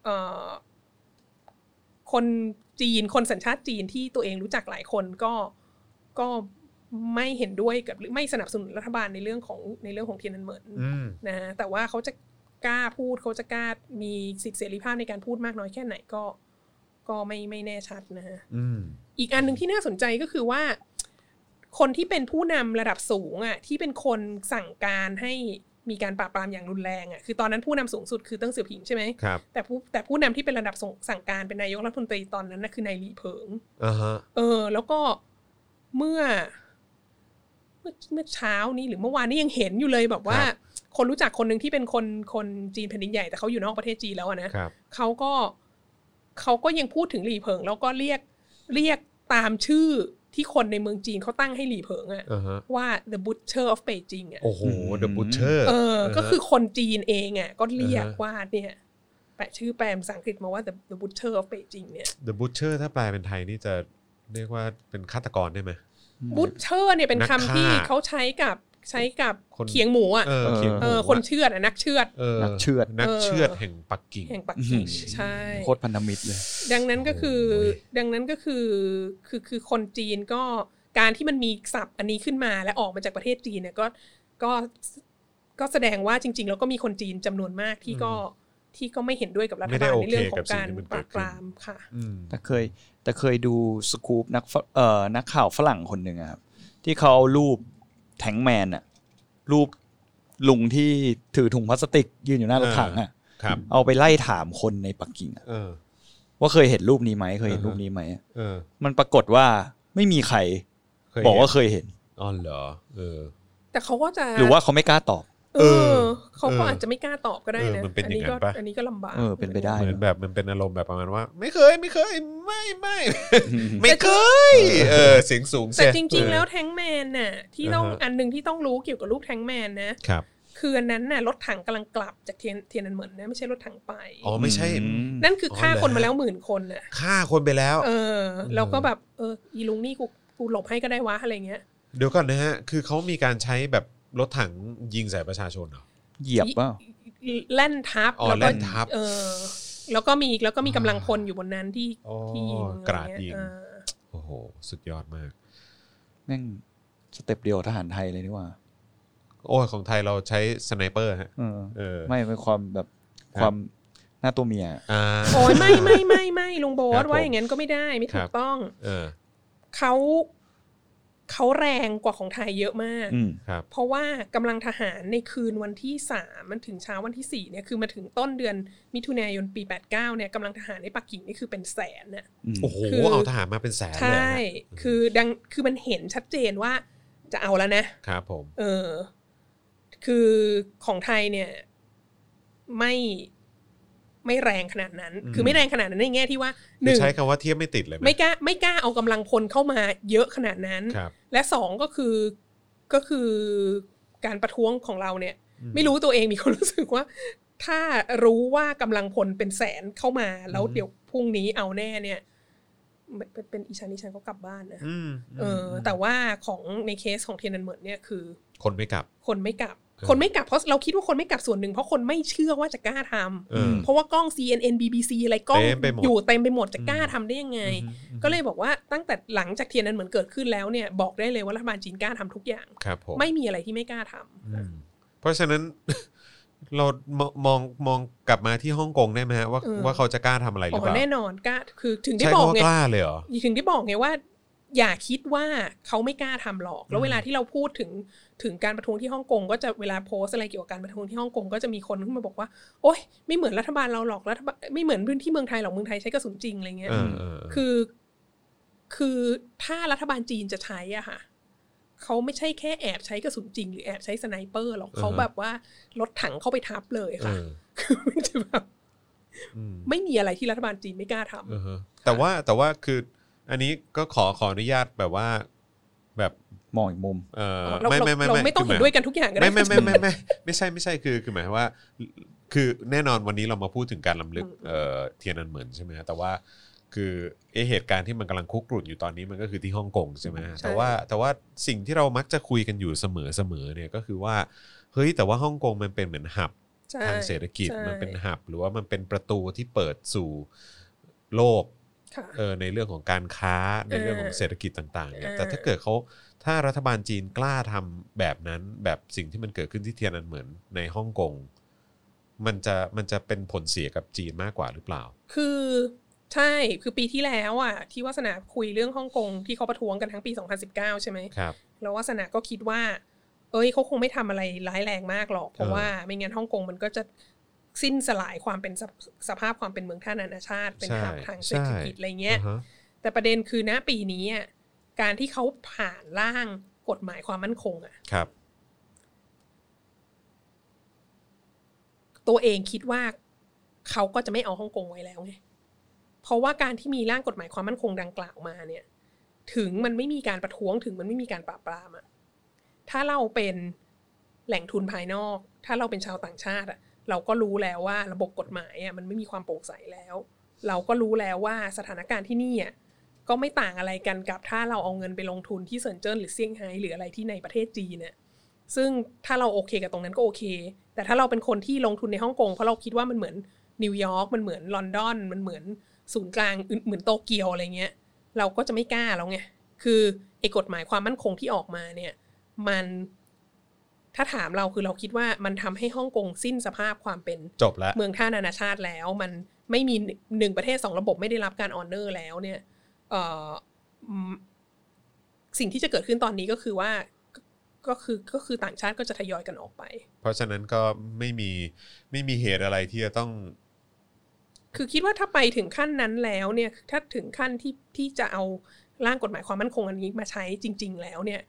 คนจีนคนสัญชาติจีนที่ตัวเองรู้จักหลายคนก็ก็ไม่เห็นด้วยกับหรือไม่สนับสนุนรัฐบาลในเรื่องของในเรื่องของเทียนอันเหมินนะแต่ว่าเขาจะกล้าพูดเขาจะกล้ามีสิทธิเสรีภาพในการพูดมากน้อยแค่ไหนก็ก็ไม่ไม่แน่ชัดนะฮะอีกอันนึงที่น่าสนใจก็คือว่าคนที่เป็นผู้นำระดับสูงอ่ะที่เป็นคนสั่งการให้มีการปราบปรามอย่างรุนแรงอ่ะคือตอนนั้นผู้นำสูงสุดคือเติ้งเสี่ยวผิงใช่ไหมครับแต่ผู้แต่ผู้นำที่เป็นระดับสั่งการเป็นนายกรัฐมนตรีตอนนั้นน่ะคือนายหลี่เผิงอ่าฮะเออแล้วก็เมื่อเมื่อเมื่อเช้านี้หรือเมื่อวานนี้ยังเห็นอยู่เลยแบบว่าคนรู้จักคนหนึ่งที่เป็นคนคนจีนแผ่นดินใหญ่แต่เขาอยู่นอกประเทศจีนแล้วนะเขาก็เขาก็ยังพูดถึงหลี่เผิงแล้วก็เรียกเรียกตามชื่อที่คนในเมืองจีนเขาตั้งให้หลี่เผิงอะ uh-huh. ว่า the butcher of Beijing อะโอ้โห the butcher เออ uh-huh. ก็คือคนจีนเองอะก็เรียก uh-huh. ว่าเนี่ยแปะชื่อแปลภาษาอังกฤษมาว่า the the butcher of Beijing เนี่ย the butcher ถ้าแปลเป็นไทยนี่จะเรียกว่าเป็นฆาตกรได้ไหม butcher เนี่ยเป็นคำที่เขาใช้กับใช้กับเขียงหมูอ่ะเออคนเชือดอ่ะนักเชือดนักเชือดนักเชือดแห่งปักกิ่งแห่งปักกิ่งใช่โคตรพันธมิตรเลยดังนั้นก็คือดังนั้นก็คือคือคือคนจีนก็การที่มันมีศัพท์อันนี้ขึ้นมาและออกมาจากประเทศจีนเนี่ยก็ก็ก็แสดงว่าจริงๆแล้วก็มีคนจีนจำนวนมากที่ก็ที่ก็ไม่เห็นด้วยกับรัฐบาลในเรื่องของการปราบปรามค่ะแต่เคยแต่เคยดูสกู๊ปนักเอ่อนักข่าวฝรั่งคนนึงอ่ะครับที่เขารูปแทงแมนอะรูปลุงที่ถือถุงพลาสติกยืนอยู่หน้ารถถังอะเอาไปไล่ถามคนในปักกิ่งว่าเคยเห็นรูปนี้ไหมเคยเห็นรูปนี้ไหมมันปรากฏว่าไม่มีใครบอกว่าเคยเห็นอ๋อเหรอเออแต่เขาก็จะหรือว่าเขาไม่กล้าตอบเออเขาก็อาจจะไม่กล้าตอบก็ได้นะเออมันเป็นอย่างนั้นปะอันนี้ก็ลำบากเออเป็นไปได้เหมือนแบบมันเป็นอารมณ์แบบประมาณว่า ไม่เคยไม่เคยไม่ไม่ไม่เคยเออเสียงสูงแต่จริงๆแล้วแทงแมนน่ะที่ต้องอันนึงที่ต้องรู้เกี่ยวกับรูปแทงแมนนะครับคืออันนั้นน่ะรถถังกำลังกลับจากเทียนเทียนอันเหมือนนะไม่ใช่รถถังไปอ๋อไม่ใช่นั่นคือฆ่าคนมาแล้วหมื่นคนน่ะฆ่าคนไปแล้วเออแล้วก็แบบเอออีลุงนี่กูกูหลบให้ก็ได้วะอะไรเงี้ยเดี๋ยวก่อนนะฮะคือเขามีการใช้แบบรถถังยิงใส่ประชาชนเหรอเหยียบป่ะแล่นทับแล้วก็ทับเออแล้วก็มีแล้วก็มีกำลังพลอยู่บนนั้นที่ที่ยิงกราดยิงโอ้โหสุดยอดมากแม่งสเต็ปเดียวทหารไทยเลยนี่ว่าโอ้ยของไทยเราใช้สไนเปอร์ฮะเออไม่เป็นความแบบความหน้าตัวเมียโอ้ยไม่ไม่ไม่ไม่ลุงโบ๊ทว่าอย่างงั้นก็ไม่ได้ไม่ถูกต้องเขาเขาแรงกว่าของไทยเยอะมากเพราะว่ากำลังทหารในคืนวันที่สามมันถึงเช้าวันที่สี่เนี่ยคือมาถึงต้นเดือนมิถุนายนปีแปดเก้าเนี่ยกำลังทหารในปักกิ่งนี่คือเป็นแสนน่ะโอ้โหเอาทหารมาเป็นแสนเลยใช่คือดังคือมันเห็นชัดเจนว่าจะเอาแล้วนะครับผมเออคือของไทยเนี่ยไม่ไม่แรงขนาดนั้นคือไม่แรงขนาดนั้นในแง่ที่ว่าหนึ่งใช้คำว่าเทียบไม่ติดเลยไม่กล้าไม่กล้าเอากำลังพลเข้ามาเยอะขนาดนั้นและสองก็คือก็คือการประท้วงของเราเนี่ยไม่รู้ตัวเองมีความรู้สึกว่าถ้ารู้ว่ากำลังพลเป็นแสนเข้ามาแล้วเดี๋ยวพรุ่งนี้เอาแน่เนี่ยเป็นเป็นอีชันอีชันก็กลับบ้านนะเออแต่ว่าของในเคสของเทียนนันเหมินเนี่ยคือคนไม่กลับคนไม่กลับคนไม่กลับเพราะเราคิดว่าคนไม่กลับส่วนหนึ่งเพราะคนไม่เชื่อว่าจะกล้าทำเพราะว่ากล้อง ซี เอ็น เอ็น บี บี ซี อะไรกล้องอยู่เต็มไปหมดจะกล้าทำได้ยังไงก็เลยบอกว่าตั้งแต่หลังจากเทียนนันเหมือนเกิดขึ้นแล้วเนี่ยบอกได้เลยว่ารัฐบาลจีนกล้าทำทุกอย่างไม่มีอะไรที่ไม่กล้าทำเพราะฉะนั้นเรามองมองกลับมาที่ฮ่องกงได้ไหมฮะว่าว่าเขาจะกล้าทำอะไรหรือเปล่าแน่นอนกล้าคือถึงได้บอกไงกล้าเลยเหรอถึงได้บอกไงว่าอย่าคิดว่าเขาไม่กล้าทำหรอกแล้วเวลาที่เราพูดถึงถึงการประท้วงที่ฮ่องกงก็จะเวลาโพสอะไรเกี่ยวกับการประท้วงที่ฮ่องกงก็จะมีคนขึ้นมาบอกว่าโอ๊ยไม่เหมือนรัฐบาลเราหรอกรัฐบาลไม่เหมือนพื้นที่เมืองไทยหรอกเมืองไทยใช้กระสุนจริงอะไรเงี้ยคือคือถ้ารัฐบาลจีนจะใช้อ่ะค่ะเขาไม่ใช่แค่แอบใช้กระสุนจริงหรือแอบใช้สไนเปอร์หรอกเขาแบบว่ารถถังเข้าไปทับเลยค่ะคือมันจะแบบไม่มีอะไรที่รัฐบาลจีนไม่กล้าทำแต่ว่าแต่ว่าคืออันนี้ก็ขอขออนุญาตแบบว่าแบบมองอีกมุมเออไม่ไม่ไม่เราไม่ต้องเห็นด้วยกันทุกอย่างก็ได้ไม่ไม่ไม่ไม่ไม่ไม่ใช่ไม่ใช่คือคือหมายว่าคือแน่นอนวันนี้เรามาพูดถึงการรำลึกเอ่อเทียนอันเหมินใช่ไหมแต่ว่าคือเอเหตุการณ์ที่มันกำลังคุกรุ่นอยู่ตอนนี้มันก็คือที่ฮ่องกงใช่ไหมแต่ว่าแต่ว่าสิ่งที่เรามักจะคุยกันอยู่เสมอเสมอเนี่ยก็คือว่าเฮ้ยแต่ว่าฮ่องกงมันเป็นเหมือนหับทางเศรษฐกิจมันเป็นหับหรือว่ามันเป็นประตูที่เปิดสู่โลกเออในเรื่องของการค้าในเรื่องของเศรษฐกิจต่างๆเนี่ยแต่ถ้าเกิดเขาถ้ารัฐบาลจีนกล้าทำแบบนั้นแบบสิ่งที่มันเกิดขึ้นที่เทียนอันเหมินในฮ่องกงมันจะมันจะเป็นผลเสียกับจีนมากกว่าหรือเปล่าคือใช่คือปีที่แล้วอ่ะที่วาสนาคุยเรื่องฮ่องกงที่เขาประท้วงกันทั้งปีสองพันสิบเก้าใช่ไหมครับแล้ววาสนาก็คิดว่าเอ้ยเขาคงไม่ทำอะไรร้ายแรงมากหรอกเพราะว่าไม่งั้นฮ่องกงมันก็จะสิ้นสลายความเป็นสภาพความเป็นเมืองท่านานาชาติเป็นหับทางเศรษฐกิจอะไรเงี้ยแต่ประเด็นคือณปีนี้อ่ะการที่เขาผ่านร่างกฎหมายความมั่นคงอ่ะครับตัวเองคิดว่าเขาก็จะไม่เอาฮ่องกงไว้แล้วไงเพราะว่าการที่มีร่างกฎหมายความมั่นคงดังกล่าวมาเนี่ยถึงมันไม่มีการประท้วงถึงมันไม่มีการปราบปรามอ่ะถ้าเราเป็นแหล่งทุนภายนอกถ้าเราเป็นชาวต่างชาติอ่ะเราก็รู้แล้วว่าระบบกฎหมายอ่ะมันไม่มีความโปร่งใสแล้วเราก็รู้แล้วว่าสถานการณ์ที่นี่อ่ะก็ไม่ต่างอะไรกันกับถ้าเราเอาเงินไปลงทุนที่เซินเจิ้นหรือเซี่ยงไฮ้หรืออะไรที่ในประเทศจีนเนี่ยซึ่งถ้าเราโอเคกับตรงนั้นก็โอเคแต่ถ้าเราเป็นคนที่ลงทุนในฮ่องกงเพราะเราคิดว่ามันเหมือนนิวยอร์กมันเหมือนลอนดอนมันเหมือนศูนย์กลางเหมือนโตเกียวอะไรเงี้ยเราก็จะไม่กล้าแล้วไงคือไอ้กฎหมายความมั่นคงที่ออกมาเนี่ยมันถ้าถามเราคือเราคิดว่ามันทำให้ฮ่องกงสิ้นสภาพความเป็นจบแล้วเมืองท่านานาชาติแล้วมันไม่มีหนึ่งประเทศสองระบบไม่ได้รับการออเนอร์แล้วเนี่ยเอ่อสิ่งที่จะเกิดขึ้นตอนนี้ก็คือว่าก็คือก็คือต่างชาติก็จะทยอยกันออกไปเพราะฉะนั้นก็ไม่มีไม่มีเหตุอะไรที่จะต้องคือคิดว่าถ้าไปถึงขั้นนั้นแล้วเนี่ยถ้าถึงขั้นที่ที่จะเอาร่างกฎหมายความมั่นคงอันนี้มาใช้จริงๆแล้วเนี่ย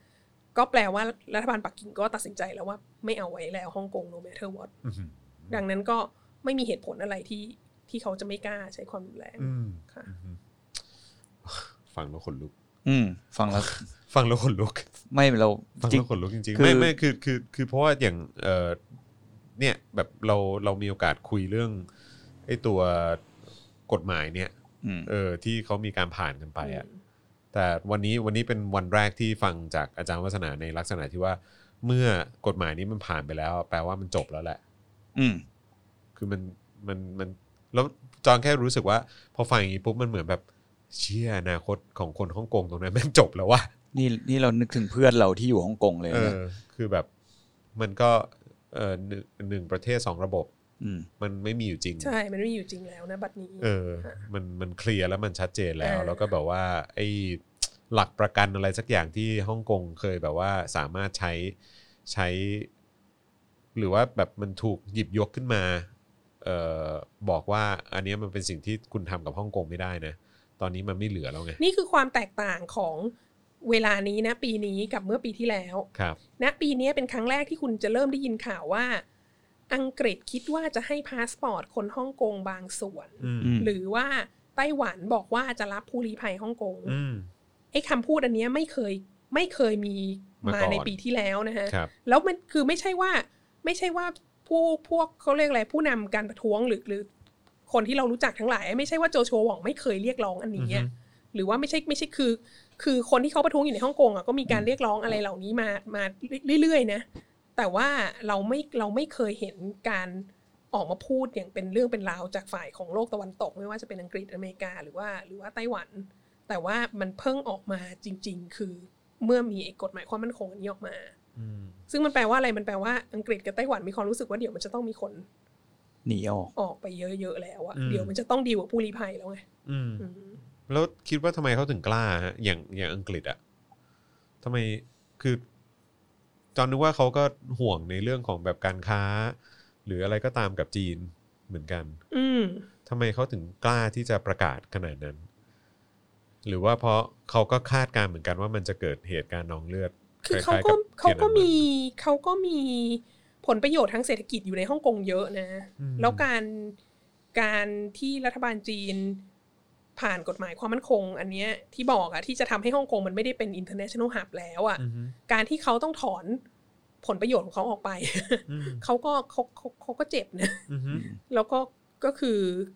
ก็แปลว่ารัฐบาลปักกิ่งก็ตัดสินใจแล้วว่าไม่เอาไว้แล้วฮ่องกง no matter what ดังนั้นก็ไม่มีเหตุผลอะไรที่ที่เขาจะไม่กล้าใช้ความรุนแรงค่ะฟังแล้วขนลุกอืมฟังแล้วฟังแล้วขนลุกไม่เราฟังแล้วขนลุกจริงๆไม่ไม่คือคือคือเพราะว่าอย่างเอ่อเนี่ยแบบเราเรามีโอกาสคุยเรื่องไอ้ตัวกฎหมายเนี่ยเออที่เขามีการผ่านกันไปอ่ะแต่วันนี้วันนี้เป็นวันแรกที่ฟังจากอาจารย์วัฒนาในลักษณะที่ว่าเมื่อกฎหมายนี้มันผ่านไปแล้วแปลว่ามันจบแล้วแหละอืมคือมันมันมันแล้วจอนแค่รู้สึกว่าพอฟังอย่างนี้ปุ๊บมันเหมือนแบบเชี่ยอนาคตของคนฮ่องกงตรงนั้นแม่งจบแล้วว่ะนี่นี่เรานึกถึงเพื่อนเราที่อยู่ฮ่องกงเลยนะเออคือแบบมันก็เอ่อหนึ่งประเทศสองระบบมันไม่มีอยู่จริงใช่มันไม่มีอยู่จริงแล้วนะบัดนี้เออมันมันเคลียร์แล้วมันชัดเจนแล้วแล้วก็แบบว่าไอ้หลักประกันอะไรสักอย่างที่ฮ่องกงเคยแบบว่าสามารถใช้ใช้หรือว่าแบบมันถูกหยิบยกขึ้นมาเอ่อบอกว่าอันนี้มันเป็นสิ่งที่คุณทำกับฮ่องกงไม่ได้นะตอนนี้มันไม่เหลือแล้วไงนี่คือความแตกต่างของเวลานี้นะปีนี้กับเมื่อปีที่แล้วครับณปีนี้เป็นครั้งแรกที่คุณจะเริ่มได้ยินข่าวว่าอังกฤษคิดว่าจะให้พาสปอร์ตคนฮ่องกงบางส่วนหรือว่าไต้หวันบอกว่าจะรับผู้ลี้ภัยฮ่องกงไอ้คำพูดอันนี้ไม่เคยไม่เคยมีมาในปีที่แล้วนะฮะแล้วมันคือไม่ใช่ว่าไม่ใช่ว่าผู้พวกเขาเรียกอะไรผู้นำการประท้วงหรือหรือคนที่เรารู้จักทั้งหลายไม่ใช่ว่าโจชัวหว่องไม่เคยเรียกร้องอันนี้หรือว่าไม่ใช่ไม่ใช่คือคือคนที่เขาประท้วงอยู่ในฮ่องกงอ่ะก็มีการเรียกร้องอะไรเหล่านี้มามาเรื่อยๆนะแต่ว่าเราไม่เราไม่เคยเห็นการออกมาพูดอย่างเป็นเรื่องเป็นราวจากฝ่ายของโลกตะวันตกไม่ว่าจะเป็นอังกฤษอเมริกาหรือว่าหรือว่าไต้หวันแต่ว่ามันเพิ่งออกมาจริงๆคือเมื่อมีกฎหมายความมั่นคงอันนี้ออกมาซึ่งมันแปลว่าอะไรมันแปลว่าอังกฤษกับไต้หวันมีความรู้สึกว่าเดี๋ยวมันจะต้องมีคนหนีออกออกไปเยอะๆแล้วอะเดี๋ยวมันจะต้องดีลกับผู้ลี้ภัยแล้วไงแล้วคิดว่าทำไมเขาถึงกล้าฮะอย่างอย่างอังกฤษอะทำไมคือจอนนึกว่าเขาก็ห่วงในเรื่องของแบบการค้าหรืออะไรก็ตามกับจีนเหมือนกันทำไมเขาถึงกล้าที่จะประกาศขนาดนั้นหรือว่าเพราะเขาก็คาดการเหมือนกันว่ามันจะเกิดเหตุการณ์นองเลือดคือเขาก็เขาก็มีเขาก็มีผลประโยชน์ทางเศรษฐกิจอยู่ในฮ่องกงเยอะนะแล้วการการที่รัฐบาลจีนผ่านกฎหมายความมั่นคงอันเนี้ยที่บอกอะที่จะทำให้ฮ่องกงมันไม่ได้เป็น international hub แล้วอะการที่เขาต้องถอนผลประโยชน์ของเขาออกไปเขาก็เขาเขาเขาก็เจ็บนะแล้วก็ก็คือ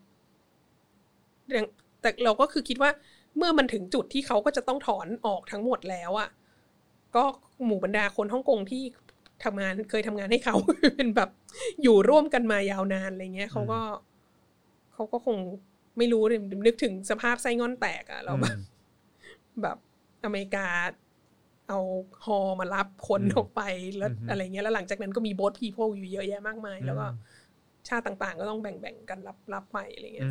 แต่เราก็คือคิดว่าเมื่อมันถึงจุดที่เขาก็จะต้องถอนออกทั้งหมดแล้วอะก็หมู่บรรดาคนฮ่องกงที่ทำงานเคยทำงานให้เขา เป็นแบบอยู่ร่วมกันมายาวนานอะไรเงี้ยเขาก็เขาก็คงไม่รู้เลยนึกถึงสภาพไส้งอนแตกอะเราแบบแบบอเมริกาเอาฮอมารับคนออกไปแล้วอะไรเงี้ยแล้วหลังจากนั้นก็มีโบ๊ทพีเพิลอยู่เยอะแยะมากมายแล้วก็ชาติต่างๆก็ต้องแบ่งๆกันรับรับไปอะไรเงี้ย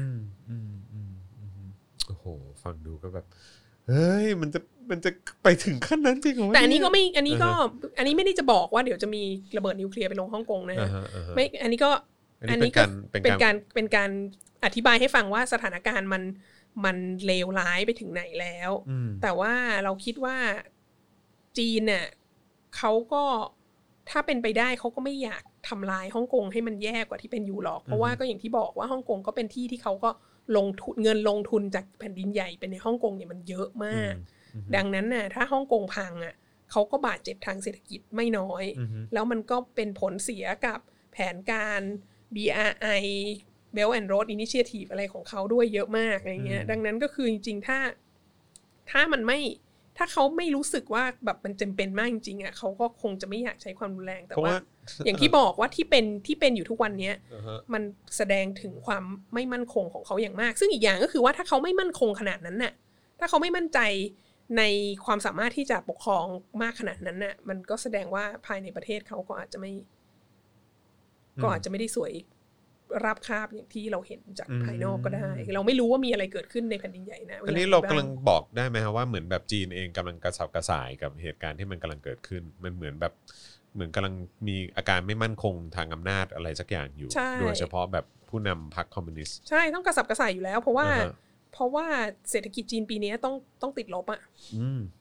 โอ้โหฟังดูก็แบบเฮ้ยมันจะมันจะไปถึงขั้นนั้นจริงเหรอแต่อันนี้ก็ไม่อันนี้ก็อันนี้ไม่ได้จะบอกว่าเดี๋ยวจะมีระเบิดนิวเคลียร์ไปลงฮ่องกงนะฮะไม่อันนี้ก็อันนี้ก็เป็นการเป็นการอธิบายให้ฟังว่าสถานการณ์มันมันเลวร้ายไปถึงไหนแล้วแต่ว่าเราคิดว่าจีนเนี่ยเขาก็ถ้าเป็นไปได้เขาก็ไม่อยากทำลายฮ่องกงให้มันแย่กว่าที่เป็นอยู่หรอกเพราะว่าก็อย่างที่บอกว่าฮ่องกงก็เป็นที่ที่เขาก็ลงทุนเงินลงทุนจากแผ่นดินใหญ่ไปในฮ่องกงเนี่ยมันเยอะมากดังนั้นน่ะถ้าฮ่องกงพังอ่ะเขาก็บาดเจ็บทางเศรษฐกิจไม่น้อยแล้วมันก็เป็นผลเสียกับแผนการ บี อาร์ ไอ Belt and Road Initiative อะไรของเขาด้วยเยอะมากอะไรเงี้ยดังนั้นก็คือจริงๆถ้าถ้ามันไม่ถ้าเขาไม่รู้สึกว่าแบบมันจำเป็นมากจริงๆอ่ะเขาก็คงจะไม่อยากใช้ความรุนแรงแต่ว่าอย่างที่บอกว่าที่เป็นที่เป็นอยู่ทุกวันนี้ uh-huh. มันแสดงถึงความไม่มั่นคงของเขาอย่างมากซึ่งอีกอย่างก็คือว่าถ้าเขาไม่มั่นคงขนาดนั้นน่ะถ้าเขาไม่มั่นใจในความสามารถที่จะปกครองมากขนาดนั้นน่ะมันก็แสดงว่าภายในประเทศเขาก็อาจจะไม่ uh-huh. ก็อาจจะไม่ได้สวยราบคาบอย่างที่เราเห็นจากภายนอกก็ได้ uh-huh. เราไม่รู้ว่ามีอะไรเกิดขึ้นในแผ่นดินใหญ่นะอันนี้เรากำลังบอกได้ไหมครับว่าเหมือนแบบจีนเองกำลังกระสับกระส่ายกับเหตุการณ์ที่มันกำลังเกิดขึ้นมันเหมือนแบบเหมือนกำลังมีอาการไม่มั่นคงทางอำนาจอะไรสักอย่างอยู่โดยเฉพาะแบบผู้นำพรรคคอมมิวนิสต์ใช่ต้องกระสับกระส่ายอยู่แล้วเพราะว่า uh-huh. เพราะว่าเศรษฐกิจจีนปีนี้ต้องต้องติดลบอ่ะ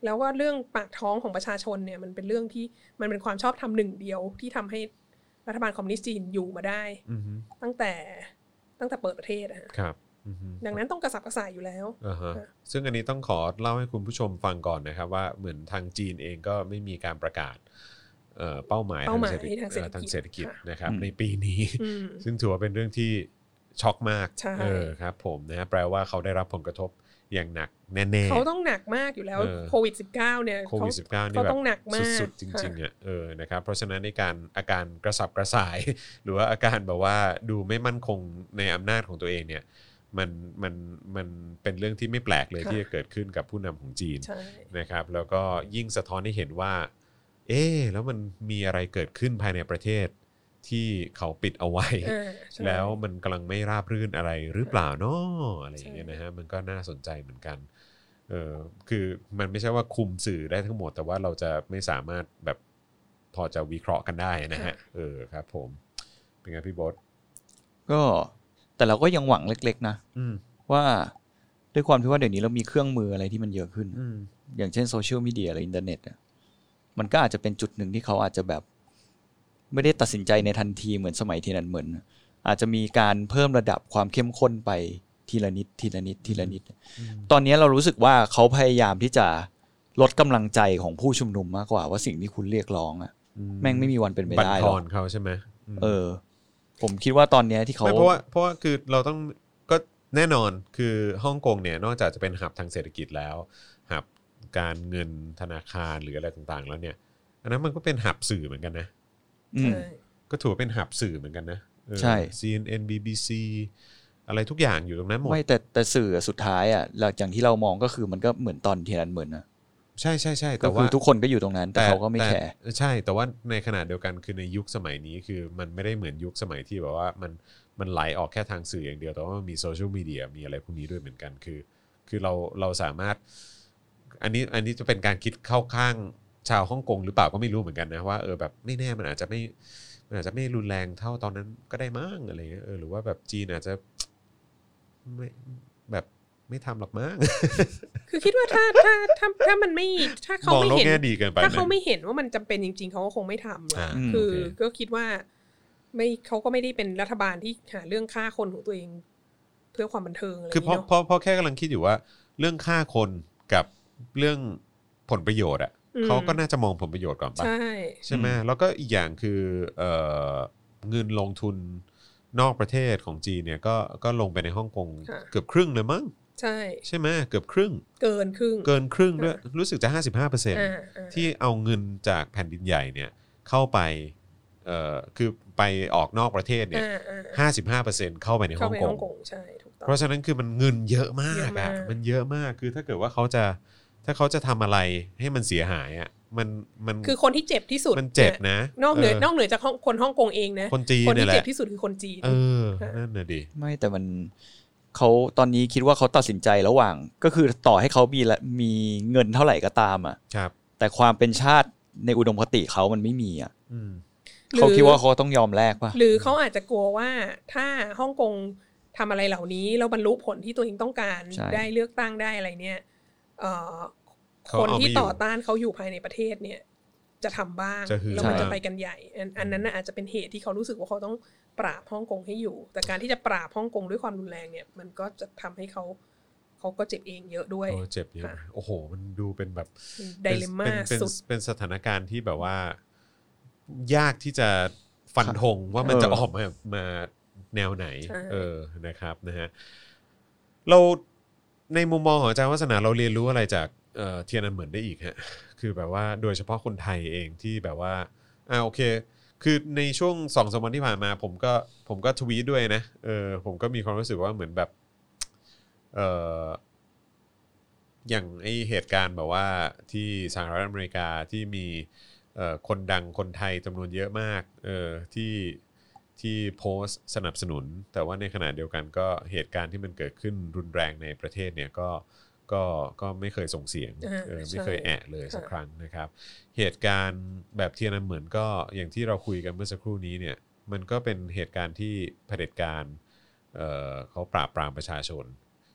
แล้วว่าเรื่องปากท้องของประชาชนเนี่ยมันเป็นเรื่องที่มันเป็นความชอบธรรมหนึ่งเดียวที่ทำให้รัฐบาลคอมมิวนิสต์จีนอยู่มาได้ตั้งแต่ตั้งแต่เปิดประเทศอะครับดังนั้นต้องกระสับกระส่ายอยู่แล้วซึ่งอันนี้ต้องขอเล่าให้คุณผู้ชมฟังก่อนนะครับว่าเหมือนทางจีนเองก็ไม่มีการประกาศเป้าหมายทางเศรษฐกิจทางเศรษฐกิจนะครับในปีนี้ซึ่งถือว่าเป็นเรื่องที่ช็อกมากเออครับผมนะแปลว่าเขาได้รับผลกระทบอย่างหนักแน่ๆเขาต้องหนักมากอยู่แล้วโควิด สิบเก้า เนี่ยโควิด สิบเก้า นี่แบบสุดๆจริงๆอ่ะเออนะครับเพราะฉะนั้นในการอาการกระสับกระส่ายหรือว่าอาการแบบว่าดูไม่มั่นคงในอำนาจของตัวเองเนี่ยมันมันมันเป็นเรื่องที่ไม่แปลกเลยที่จะเกิดขึ้นกับผู้นำของจีนนะครับแล้วก็ยิ่งสะท้อนให้เห็นว่าเอ๊ะแล้วมันมีอะไรเกิดขึ้นภายในประเทศที่เขาปิดเอาไว้แล้วมันกำลังไม่ราบรื่นอะไรหรือเปล่าเนาะอะไรอย่างเงี้ยนะฮะมันก็น่าสนใจเหมือนกันเออคือมันไม่ใช่ว่าคุมสื่อได้ทั้งหมดแต่ว่าเราจะไม่สามารถแบบพอจะวิเคราะห์กันได้นะฮะเออครับผมเป็นไงพี่บอสก็แต่เราก็ยังหวังเล็กๆนะว่าด้วยความที่ว่าเดี๋ยวนี้เรามีเครื่องมืออะไรที่มันเยอะขึ้นอย่างเช่นโซเชียลมีเดียหรืออินเทอร์เน็ตอ่ะมันก็อาจจะเป็นจุดหนึ่งที่เขาอาจจะแบบไม่ได้ตัดสินใจในทันทีเหมือนสมัยเทียนอันเหมินอาจจะมีการเพิ่มระดับความเข้มข้นไปทีละนิดทีละนิดทีละนิดตอนนี้เรารู้สึกว่าเขาพยายามที่จะลดกำลังใจของผู้ชุมนุมมากกว่าว่าสิ่งที่คุณเรียกร้องอ่ะแม่งไม่มีวันเป็นไปได้หรอกบั่นทอนเขาใช่ไหมเออผมคิดว่าตอนนี้ที่เขาเพราะว่าเพราะว่าคือเราต้องก็แน่นอนคือฮ่องกงเนี่ยนอกจากจะเป็นหับทางเศรษฐกิจแล้วหับการเงินธนาคารหรืออะไรต่างๆแล้วเนี่ยอันนั้นมันก็เป็นหับสื่อเหมือนกันนะก็ถือว่าเป็นหับสื่อเหมือนกันนะใช่ซี เอ็น เอ็น บี บี ซี อะไรทุกอย่างอยู่ตรงนั้นหมดไม่แต่แต่สื่อสุดท้ายอ่ะหลังจากที่เรามองก็คือมันก็เหมือนตอนเทียนอันเหมินนะใช่ใช่ใช่แต่ว่าทุกคนก็อยู่ตรงนั้นแต่เขาก็ไม่แคร์ใช่แต่ว่าในขณะเดียวกันคือในยุคสมัยนี้คือมันไม่ได้เหมือนยุคสมัยที่แบบว่ามันมันไหลออกแค่ทางสื่ออย่างเดียวแต่ว่ามันมีโซเชียลมีเดียมีอะไรพวกนี้ด้วยเหมือนกันคือคือเราเราสามารถอันนี้อันนี้จะเป็นการคิดเข้าข้างชาวฮ่องกงหรือเปล่าก็ไม่รู้เหมือนกันนะว่าเออแบบไม่แน่มันอาจจะไม่มันอาจจะไม่รุนแรงเท่าตอนนั้นก็ได้มั้งอะไรเงี้ยเออหรือว่าแบบจีนอาจจะไม่แบบไม่ทำหรอกมั้งคือคิดว่าถ้าถ้าถ้าถ้ามันไม่ถ้าเขาไม่เห็นถ้าเขาไม่เห็นว่ามันจำเป็นจริงๆเขาก็คงไม่ทำคือก็คิดว่าไม่เขาก็ไม่ได้เป็นรัฐบาลที่หาเรื่องฆ่าคนของตัวเองเพื่อความบันเทิงอะไรคือเพราะเพราะเพราะแค่กำลังคิดอยู่ว่าเรื่องฆ่าคนกับเรื่องผลประโยชน์อ่ะเขาก็น่าจะมองผลประโยชน์ก่อนป่ะใช่ใช่ไหมแล้วก็อีกอย่างคือเอ่อเงินลงทุนนอกประเทศของจีนเนี่ยก็ก็ลงไปในฮ่องกงเกือบครึ่งเลยมั้งใช่ใช่ไหมเกือบครึ่งเกินครึ่งเกินครึ่งด้วยรู้สึกจะ ห้าสิบห้าเปอร์เซ็นต์ ที่เอาเงินจากแผ่นดินใหญ่เนี่ยเข้าไปเอ่อคือไปออกนอกประเทศเนี่ย ห้าสิบห้าเปอร์เซ็นต์ เข้าไปในฮ่องกงใช่ถูกต้องเพราะฉะนั้นคือมันเงินเยอะมากอ่ะมันเยอะมากคือถ้าเกิดว่าเขาจะถ้าเขาจะทำอะไรให้มันเสียหายอ่ะมันมันคือคนที่เจ็บที่สุดมันเจ็บนะนอกเหนือนอกเหนือจากคนฮ่องกงเองนะคนจีนคนที่เจ็บที่สุดคือคนจีนเออนั่นน่ะดิไม่แต่มันเขาตอนนี้คิดว่าเขาตัดสินใจระหว่างก็คือต่อให้เขามีมีเงินเท่าไหร่ก็ตามอ่ะแต่ความเป็นชาติในอุดมคติเขามันไม่มีอ่ะเขาคิดว่าเขาต้องยอมแลกป่ะหรือเขาอาจจะกลัวว่าถ้าฮ่องกงทำอะไรเหล่านี้แล้วบรรลุผลที่ตัวเองต้องการได้เลือกตั้งได้อะไรเนี่ยคนที่ต่อต้านเขาอยู่ภายในประเทศเนี่ยจะทำบ้างแล้วมันจะไปกันใหญ่อันนั้นอาจจะเป็นเหตุที่เขารู้สึกว่าเขาต้องปราบฮ่องกงให้อยู่แต่การที่จะปราบฮ่องกงด้วยความรุนแรงเนี่ยมันก็จะทำให้เขาเขาก็เจ็บเองเยอะด้วยเจ็บเยอะโอ้โหมันดูเป็นแบบไดเลม่าสุดเป็นสถานการณ์ที่แบบว่ายากที่จะฟันธงว่ามันจะออกมามาแนวไหนเออนะครับนะฮะเราในมุมมองของอาจารย์วัฒนาเราเรียนรู้อะไรจากเอ่อเทียนอันเหมินได้อีกฮะคือแบบว่าโดยเฉพาะคนไทยเองที่แบบว่าอ่าโอเคคือในช่วง สองถึงสาม วันที่ผ่านมาผมก็ผมก็ทวีตด้วยนะเออผมก็มีความรู้สึกว่าเหมือนแบบเอ่ออย่างไอเหตุการณ์แบบว่าที่สหรัฐอเมริกาที่มีเอ่อคนดังคนไทยจำนวนเยอะมากเออที่ที่โพสต์สนับสนุนแต่ว่าในขณะเดียวกันก็เหตุการณ์ที่มันเกิดขึ้นรุนแรงในประเทศเนี่ยก็ก็ก็ไม่เคยส่งเสียงเออไม่เคยแอะเลยสักครั้งนะครับเหตุการณ์แบบเทียนอันเหมินก็อย่างที่เราคุยกันเมื่อสักครู่นี้เนี่ยมันก็เป็นเหตุการณ์ที่เผด็จการเอ่อเขาปราบปรามประชาชน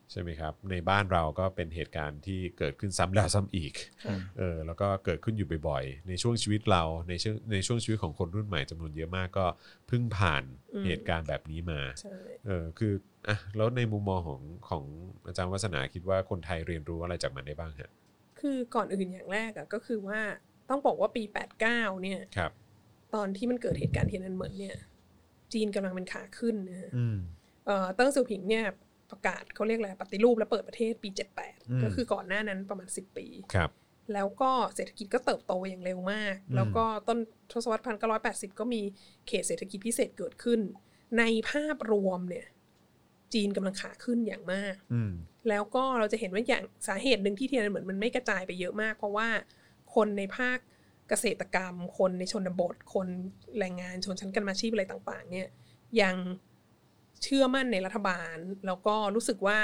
ใช่ไหมครับในบ้านเราก็เป็นเหตุการณ์ที่เกิดขึ้นซ้ำแล้วซ้ำอีกเออแล้วก็เกิดขึ้นอยู่บ่อยๆในช่วงชีวิตเราในช่วงในช่วงชีวิตของคนรุ่นใหม่จำนวนเยอะมากก็เพิ่งผ่านเหตุการณ์แบบนี้มาเออคืออ่ะแล้วในมุมมองของของอาจารย์วัฒนาคิดว่าคนไทยเรียนรู้อะไรจากมันได้บ้างฮะคือก่อนอื่นอย่างแรกอะก็คือว่าต้องบอกว่าปีแปดสิบเก้าเนี่ยตอนที่มันเกิดเหตุการณ์เทียนอันเหมินเนี่ยจีนกำลังเป็นขาขึ้นนะฮะเอ่อเติ้งเซี่ยวผิงเนี่ยประกาศเขาเรียกอะไรปฏิรูปและเปิดประเทศปีเจ็ดสิบแปดก็คือก่อนหน้านั้นประมาณสิบปีครับแล้วก็เศรษฐกิจก็เติบโตอย่างเร็วมากแล้วก็ต้นทศวรรษหนึ่งพันเก้าร้อยแปดสิบก็มีเขตเศรษฐกิจพิเศษเกิดขึ้นในภาพรวมเนี่ยจีนกำลังขาขึ้นอย่างมากแล้วก็เราจะเห็นว่าอย่างสาเหตุหนึ่งที่เทียนอันเหมินมันไม่กระจายไปเยอะมากเพราะว่าคนในภาคเกษตรกรรมคนในชนบทคนแรงงานชนชั้นกรรมาชีพอะไรต่างๆเนี่ยยังเชื่อมั่นในรัฐบาลแล้วก็รู้สึกว่า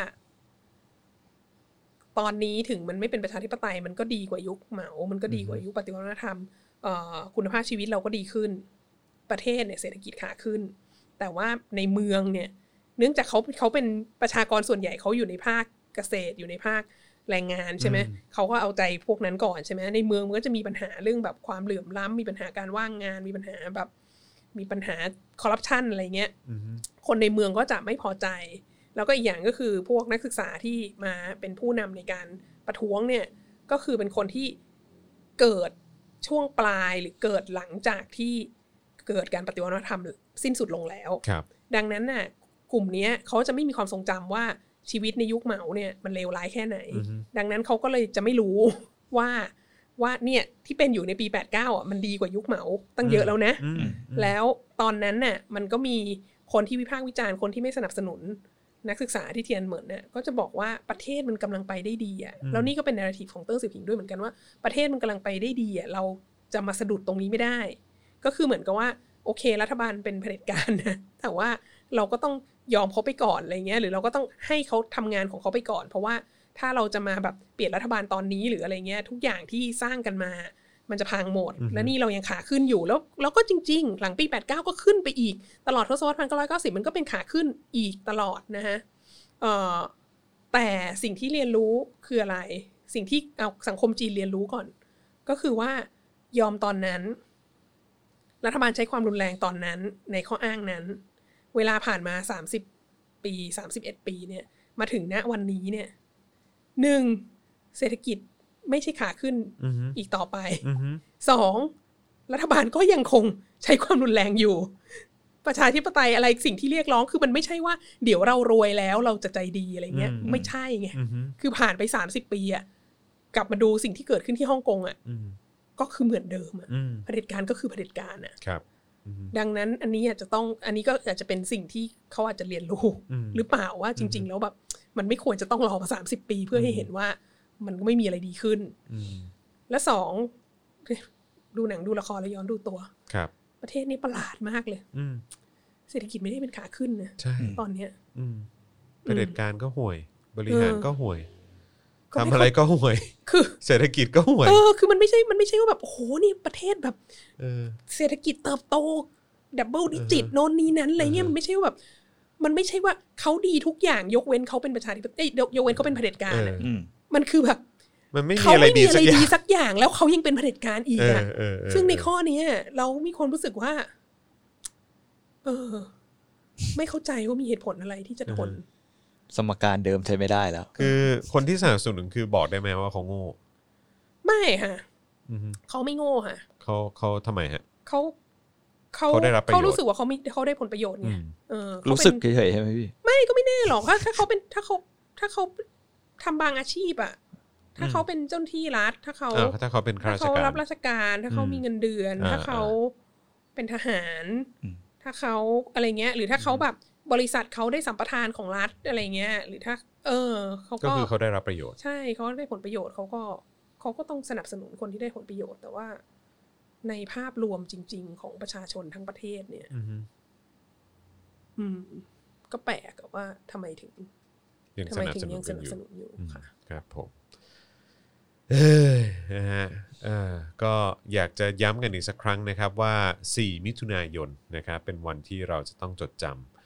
ตอนนี้ถึงมันไม่เป็นประชาธิปไตยมันก็ดีกว่ายุคเหมามันก็ดีกว่ายุคปฏิวัติวัฒนธรรมคุณภาพชีวิตเราก็ดีขึ้นประเทศเนี่ยเศรษฐกิจขาขึ้นแต่ว่าในเมืองเนี่ยเนื่องจากเขาเขาเป็นประชากรส่วนใหญ่เขาอยู่ในภาคเกษตรอยู่ในภาคแรงงานใช่ไหมเขาก็เอาใจพวกนั้นก่อนใช่ไหมในเมืองมันก็จะมีปัญหาเรื่องแบบความเหลื่อมล้ำมีปัญหาการว่างงานมีปัญหาแบบมีปัญหาคอร์รัปชันอะไรเงี้ยคนในเมืองก็จะไม่พอใจแล้วก็อีกอย่างก็คือพวกนักศึกษาที่มาเป็นผู้นำในการประท้วงเนี่ยก็คือเป็นคนที่เกิดช่วงปลายหรือเกิดหลังจากที่เกิดการปฏิวัติวัฒนธรรมสิ้นสุดลงแล้วดังนั้นน่ะกลุ่มนี้เขาจะไม่มีความทรงจำว่าชีวิตในยุคเหมาเนี่ยมันเลวร้ายแค่ไหนดังนั้นเขาก็เลยจะไม่รู้ว่าว่าเนี่ยที่เป็นอยู่ในปีแปดสิบเก้าอ่ะมันดีกว่ายุคเหมาตั้งเยอะแล้วนะแล้วตอนนั้นน่ะมันก็มีคนที่วิพากษ์วิจารณ์คนที่ไม่สนับสนุนนักศึกษาที่เทียนเหมินเนี่ยก็จะบอกว่าประเทศมันกำลังไปได้ดีอ่ะแล้วนี่ก็เป็นนาราทีฟของเติ้งเสี่ยวผิงด้วยเหมือนกันว่าประเทศมันกำลังไปได้ดีอ่ะเราจะมาสะดุดตรงนี้ไม่ได้ก็คือเหมือนกับว่าโอเครัฐบาลเป็นเผด็จการนะแต่ว่าเราก็ต้องยอมเขาไปก่อนอะไรเงี้ยหรือเราก็ต้องให้เขาทำงานของเขาไปก่อนเพราะว่าถ้าเราจะมาแบบเปลี่ยนรัฐบาลตอนนี้หรืออะไรเงี้ยทุกอย่างที่สร้างกันมามันจะพังหมดและนี่เรายังขาขึ้นอยู่แล้วแล้วก็จริงๆหลังปีแปดสิบเก้าก็ขึ้นไปอีกตลอดทศวรรษหนึ่งพันเก้าร้อยเก้าสิบมันก็เป็นขาขึ้นอีกตลอดนะฮะเอ่อแต่สิ่งที่เรียนรู้คืออะไรสิ่งที่เอาสังคมจีนเรียนรู้ก่อนก็คือว่ายอมตอนนั้นรัฐบาลใช้ความรุนแรงตอนนั้นในข้ออ้างนั้นเวลาผ่านมาสามสิบปีสามสิบเอ็ดปีเนี่ยมาถึงณวันนี้เนี่ยหนึ่งเศรษฐกิจไม่ใช่ขาขึ้น uh-huh. อีกต่อไป uh-huh. สองรัฐบาลก็ยังคงใช้ความรุนแรงอยู่ประชาธิปไตยอะไรสิ่งที่เรียกร้องคือมันไม่ใช่ว่าเดี๋ยวเรารวยแล้วเราจะใจดีอะไรเงี้ย uh-huh. ไม่ใช่ไง uh-huh. คือผ่านไปสามสิบปีอ่ะกลับมาดูสิ่งที่เกิดขึ้นที่ฮ่องกงอ่ะ uh-huh. ก็คือเหมือนเดิมอ่ะ uh-huh. เผด็จการก็คือเผด็จการอ่ะครับดังนั้นอันนี้อาจจะต้องอันนี้ก็อาจจะเป็นสิ่งที่เขาอาจจะเรียนรู้หรือเปล่าว่าจริงๆแล้วแบบมันไม่ควรจะต้องรอมาสามสิบปีเพื่อให้เห็นว่ามันก็ไม่มีอะไรดีขึ้นและสองดูหนังดูละครแล้วย้อนดูตัวประเทศนี้ประหลาดมากเลยเศรษฐกิจไม่ได้เป็นขาขึ้นนะตอนเนี้ยเผด็จการก็ห่วยบริหารก็ห่วยทำอะไรก็ห่วยคือเศรษฐกิจก็ห่วยเออคือมันไม่ใช่มันไม่ใช่ว่าแบบโอ้โหนี่ประเทศแบบเศรษฐกิจเติบโตดับเบิลดิจิตโน่นนี่นั้นอะไรเงี้ยมันไม่ใช่ว่าแบบมันไม่ใช่ว่าเขาดีทุกอย่างยกเว้นเขาเป็นประชาธิปไตยยกเว้นเขาเป็นเผด็จการมันคือแบบมันไม่มีอะไรดีสักอย่างแล้วเขายังเป็นเผด็จการอีกอ่ะซึ่งในข้อนี้เรามีความรู้สึกว่าเออไม่เข้าใจว่ามีเหตุผลอะไรที่จะทนสมการเดิมใช้ไม่ได้แล้วคือคนที่สนับสนุนคือบอกได้ไหมว่าเขาโง่ไม่ค่ะเขาไม่โง่ค่ะเขาเขาทำไมฮะเขาเขาเขารู้สึกว่าเขาไม่เขาได้ผลประโยชน์ไงเออรู้สึกเฉยๆใช่ไหมพี่ไม่ก็ไม่แน่หรอกถ้าถ้าเขาเป็นถ้าเขาถ้าเขาทำบางอาชีพอะถ้าเขาเป็นเจ้าหน้าที่รัฐถ้าเขาถ้าเขาเป็นข้าราชการถ้าเขารับราชการถ้าเขามีเงินเดือนถ้าเขาเป็นทหารถ้าเขาอะไรเงี้ยหรือถ้าเขาแบบบริษัทเขาได้สัมปทานของรัฐอะไรเงี้ยหรือถ้าเออเขาก็ก็คือเขาได้รับประโยชน์ใช่เขาได้ผลประโยชน์เขาก็เขาก็ต้องสนับสนุนคนที่ได้ผลประโยชน์แต่ว่าในภาพรวมจริงๆของประชาชนทั้งประเทศเนี่ยอืมก็แปลกว่าทำไมถึงทำไมถึงยังสนับสนุนอยู่ค่ะครับผมเออนะฮะเออก็อยากจะย้ำกันอีกสักครั้งนะครับว่าสี่มิถุนายนนะครับเป็นวันที่เราจะต้องจดจำ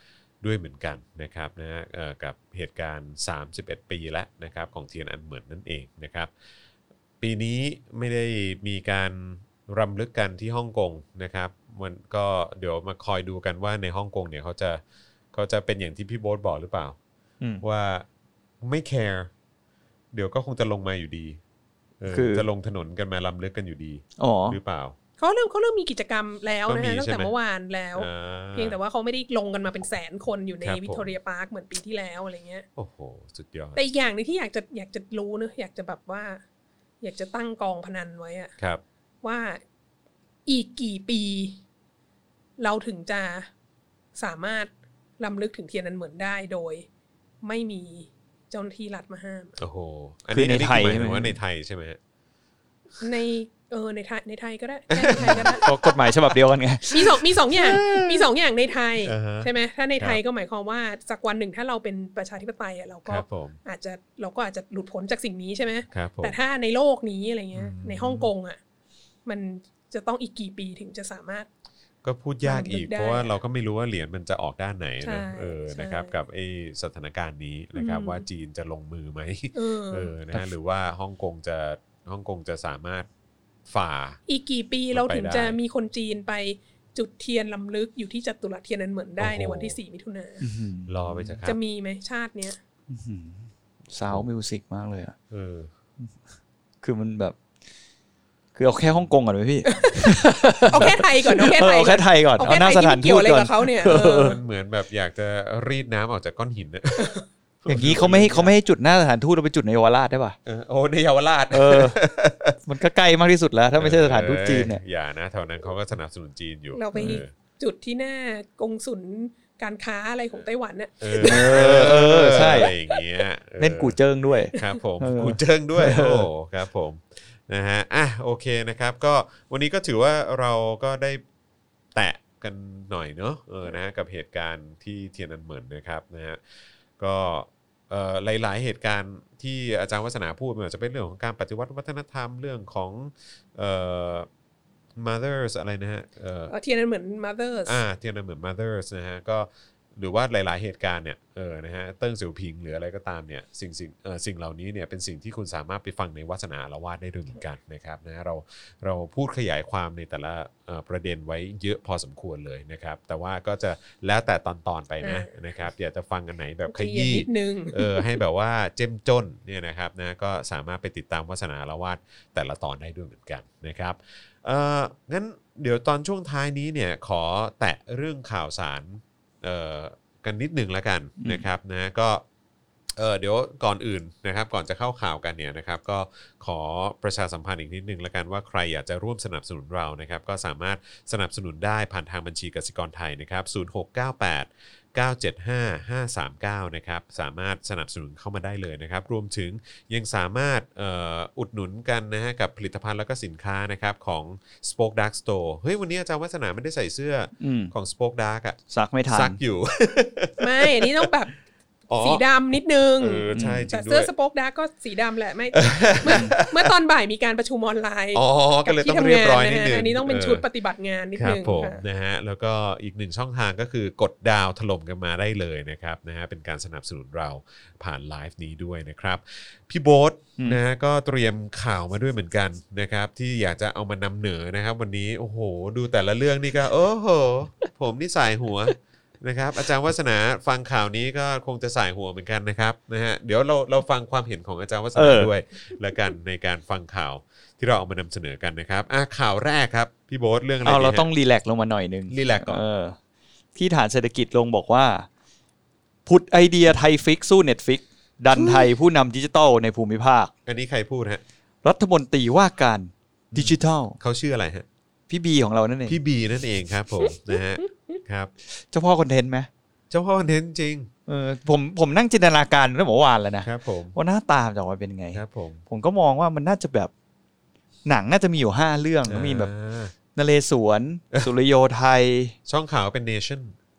ด้วยเหมือนกันนะครับนะฮะเอ่อกับเหตุการณ์สามสิบเอ็ดปีแล้วนะครับของเทียนอันเหมินนั่นเองนะครับปีนี้ไม่ได้มีการรำลึกกันที่ฮ่องกงนะครับมันก็เดี๋ยวมาคอยดูกันว่าในฮ่องกงเนี่ยเขาจะเขาจะเป็นอย่างที่พี่โบ๊ทบอกหรือเปล่าว่าไม่แคร์เดี๋ยวก็คงจะลงมาอยู่ดีคือจะลงถนนกันมารำลึกกันอยู่ดีหรือเปล่าเขาเริ่มเขาเริ่มมีกิจกรรมแล้วนะตั้งแต่เมื่อวานแล้วเพียงแต่ว่าเขาไม่ได้ลงกันมาเป็นแสนคนอยู่ในวิกตอเรียพาร์คเหมือนปีที่แล้วอะไรเงี้ยโอ้โหสุดยอดแต่อีกอย่างนึงที่อยากจะอยากจะรู้เนอะอยากจะแบบว่าอยากจะตั้งกองพนันไว้อะว่าอีกกี่ปีเราถึงจะสามารถรำลึกถึงเทียนอันเหมินได้โดยไม่มีเจ้าหน้าที่รัฐมาห้ามโอ้โหอันนี้ในไทยใช่ไหมว่าในไทยใช่ไหมในเออในไทยในไทยก็ได้ในไทยก็ได้กฎหมายฉบับเดียวกันไงมีสองมีสองอย่างมีสองอย่างในไทยใช่ไหมถ้าในไทยก็หมายความว่าสักวันหนึ่งถ้าเราเป็นประชาธิปไตยอ่ะเราก็อาจจะเราก็อาจจะหลุดพ้นจากสิ่งนี้ใช่ไหมแต่ถ้าในโลกนี้อะไรเงี้ยในฮ่องกงอ่ะมันจะต้องอีกกี่ปีถึงจะสามารถก็พูดยากอีกเพราะว่าเราก็ไม่รู้ว่าเหรียญมันจะออกด้านไหนนะเออนะครับกับไอ้สถานการณ์นี้นะครับว่าจีนจะลงมือไหมเออนะฮะหรือว่าฮ่องกงจะฮ่องกงจะสามารถฝ่าอีกกี่ปีเราถึงจะมีคนจีนไปจุดเทียนรำลึกอยู่ที่จัตุรัสเทียนอันเหมินได้ในวันที่สี่มิถุนายนรอไปจะครับจะมีไหมชาติเนี้ยซาวด์มิวสิกมากเลยอ่ะเออคือมันแบบคือเอาแค่ฮ่องกงก่อนไหมพี่เอาแค่ไทยก่อนเอาแค่ไทยเอาแค่ไทยก่อนเอาหน้าสถานทูตก่อนมันเหมือนแบบอยากจะรีดน้ำออกจากก้อนหินเนี่ยอย่างนี้เขาไม่ให้เขาไม่ให้จุดหน้าสถานทูตเราไปจุดในเยาวราชได้ป่ะเออโอ้ในเยาวราชเออมันก็ใกล้มากที่สุดแล้วถ้าไม่ใช่สถานทูตจีนเนี่ยอย่านะแถวนั้นเขาก็สนับสนุนจีนอยู่เราไปจุดที่หน้ากงสุลการค้าอะไรของไต้หวันเนี่ยเออใช่อะไรอย่างเงี้ยเล่นกู่เจิ้งด้วยครับผมกู่เจิ้งด้วยโอ้ครับผมนะฮะอ่ะโอเคนะครับก็วันนี้ก็ถือว่าเราก็ได้แตะกันหน่อยเนาะเออนะฮะกับเหตุการณ์ที่เทียนอันเหมินนะครับนะฮะก็เอ่อหลายๆเหตุการณ์ที่อาจารย์วัฒนาพูดมันอาจจะเป็นเรื่องของการปฏิวัติวัฒนธรรมเรื่องของเอ่อ mothers อะไรนะฮะเอ่อเทียนอันเหมิน mothers อ่าเทียนอันเหมิน mothers นะฮะก็หรือว่าหลายๆเหตุการณ์เนี่ยเออนะฮะเติ้งเสี่ยวผิงหรืออะไรก็ตามเนี่ยสิ่งสิ่งเอ่อสิ่งเหล่านี้เนี่ยเป็นสิ่งที่คุณสามารถไปฟังในวาสนาละวาดได้ด้วยเหมือนกันนะครับนะเราเราพูดขยายความในแต่ละเอ่อประเด็นไว้เยอะพอสมควรเลยนะครับแต่ว่าก็จะแล้วแต่ตอนๆไปนะนะครับอยากจะฟังกันไหนแบบขยี้เออให้แบบว่าเจ้มจนเนี่ยนะครับนะก็สามารถไปติดตามวาสนาละวาดแต่ละตอนได้ด้วยเหมือนกันนะครับเอ่องั้นเดี๋ยวตอนช่วงท้ายนี้เนี่ยขอแตะเรื่องข่าวสารเอ่อกันนิดหนึ่งแล้วกันนะครับนะก็เออเดี๋ยวก่อนอื่นนะครับก่อนจะเข้าข่าวกันเนี่ยนะครับก็ขอประชาสัมพันธ์อีกนิดนึงแล้วกันว่าใครอยากจะร่วมสนับสนุนเรานะครับก็สามารถสนับสนุนได้ผ่านทางบัญชีกสิกรไทยนะครับศูนย์ หก เก้า แปด เก้า เจ็ด ห้า ห้า สาม เก้านะครับสามารถสนับสนุนเข้ามาได้เลยนะครับรวมถึงยังสามารถเอ่ออุดหนุนกันนะฮะกับผลิตภัณฑ์แล้วก็สินค้านะครับของ Spoke Dark Store เฮ้ยวันนี้อาจารย์วัฒนาไม่ได้ใส่เสื้อของ Spoke Dark อ่ะซักไม่ทันซักอยู่ไม่อันนี้ต้องแบบสีดำนิดนึงเออใช่จริงด้วยแต่เสื้อสป็อกดาร์กก็สีดำแหละไม่เมื่อเมื่อตอนบ่ายมีการประชุมออนไลน์อ๋อก็เลยต้องเรียบร้อยนิดนึงอันนี้ต้องเป็นชุดปฏิบัติงานนิดนึงครับผมนะฮะแล้วก็อีกหนึ่งช่องทางก็คือกดดาวถล่มกันมาได้เลยนะครับนะฮะเป็นการสนับสนุนเราผ่านไลฟ์นี้ด้วยนะครับพี่โบ๊ทนะฮะก็เตรียมข่าวมาด้วยเหมือนกันนะครับที่อยากจะเอามานำเหนือนะครับวันนี้โอ้โหดูแต่ละเรื่องนี่ก็โอ้โหผมนี่สายหัวนะครับอาจารย์วัฒนาฟังข่าวนี้ก็คงจะสายหัวเหมือนกันนะครับนะฮะเดี๋ยวเราเราฟังความเห็นของอาจารย์วัฒนาด้วยแล้วกันในการฟังข่าวที่เราเอามานำเสนอกันนะครับอ่ะข่าวแรกครับพี่โบ๊ทเรื่องอะไรเอาเราต้องรีแลกซ์ลงมาหน่อยนึงรีแลกซ์ก่อนที่ฐานเศรษฐกิจลงบอกว่าผุดไอเดียไทยฟิกสู้ Netflix ดันไทยผู้นำดิจิทัลในภูมิภาคอันนี้ใครพูดฮะรัฐมนตรีว่าการดิจิทัลเขาชื่ออะไรฮะพี่บีของเรานั่นเองพี่บีนั่นเองครับผมนะฮะครับเจ้าพ่อคอนเทนต์ไหมเจ้าพ่อคอนเทนต์จริงเออผมผมนั่งจินตนาการตั้งแต่เมื่อวานแล้วนะครับผมว่าหน้าตาจะออกมาเป็นไงครับผมผมก็มองว่ามันน่าจะแบบหนังน่าจะมีอยู่ห้าเรื่องมีแบบนเรศวรสุริโยไทยช่องข่าวเป็นเนชั่น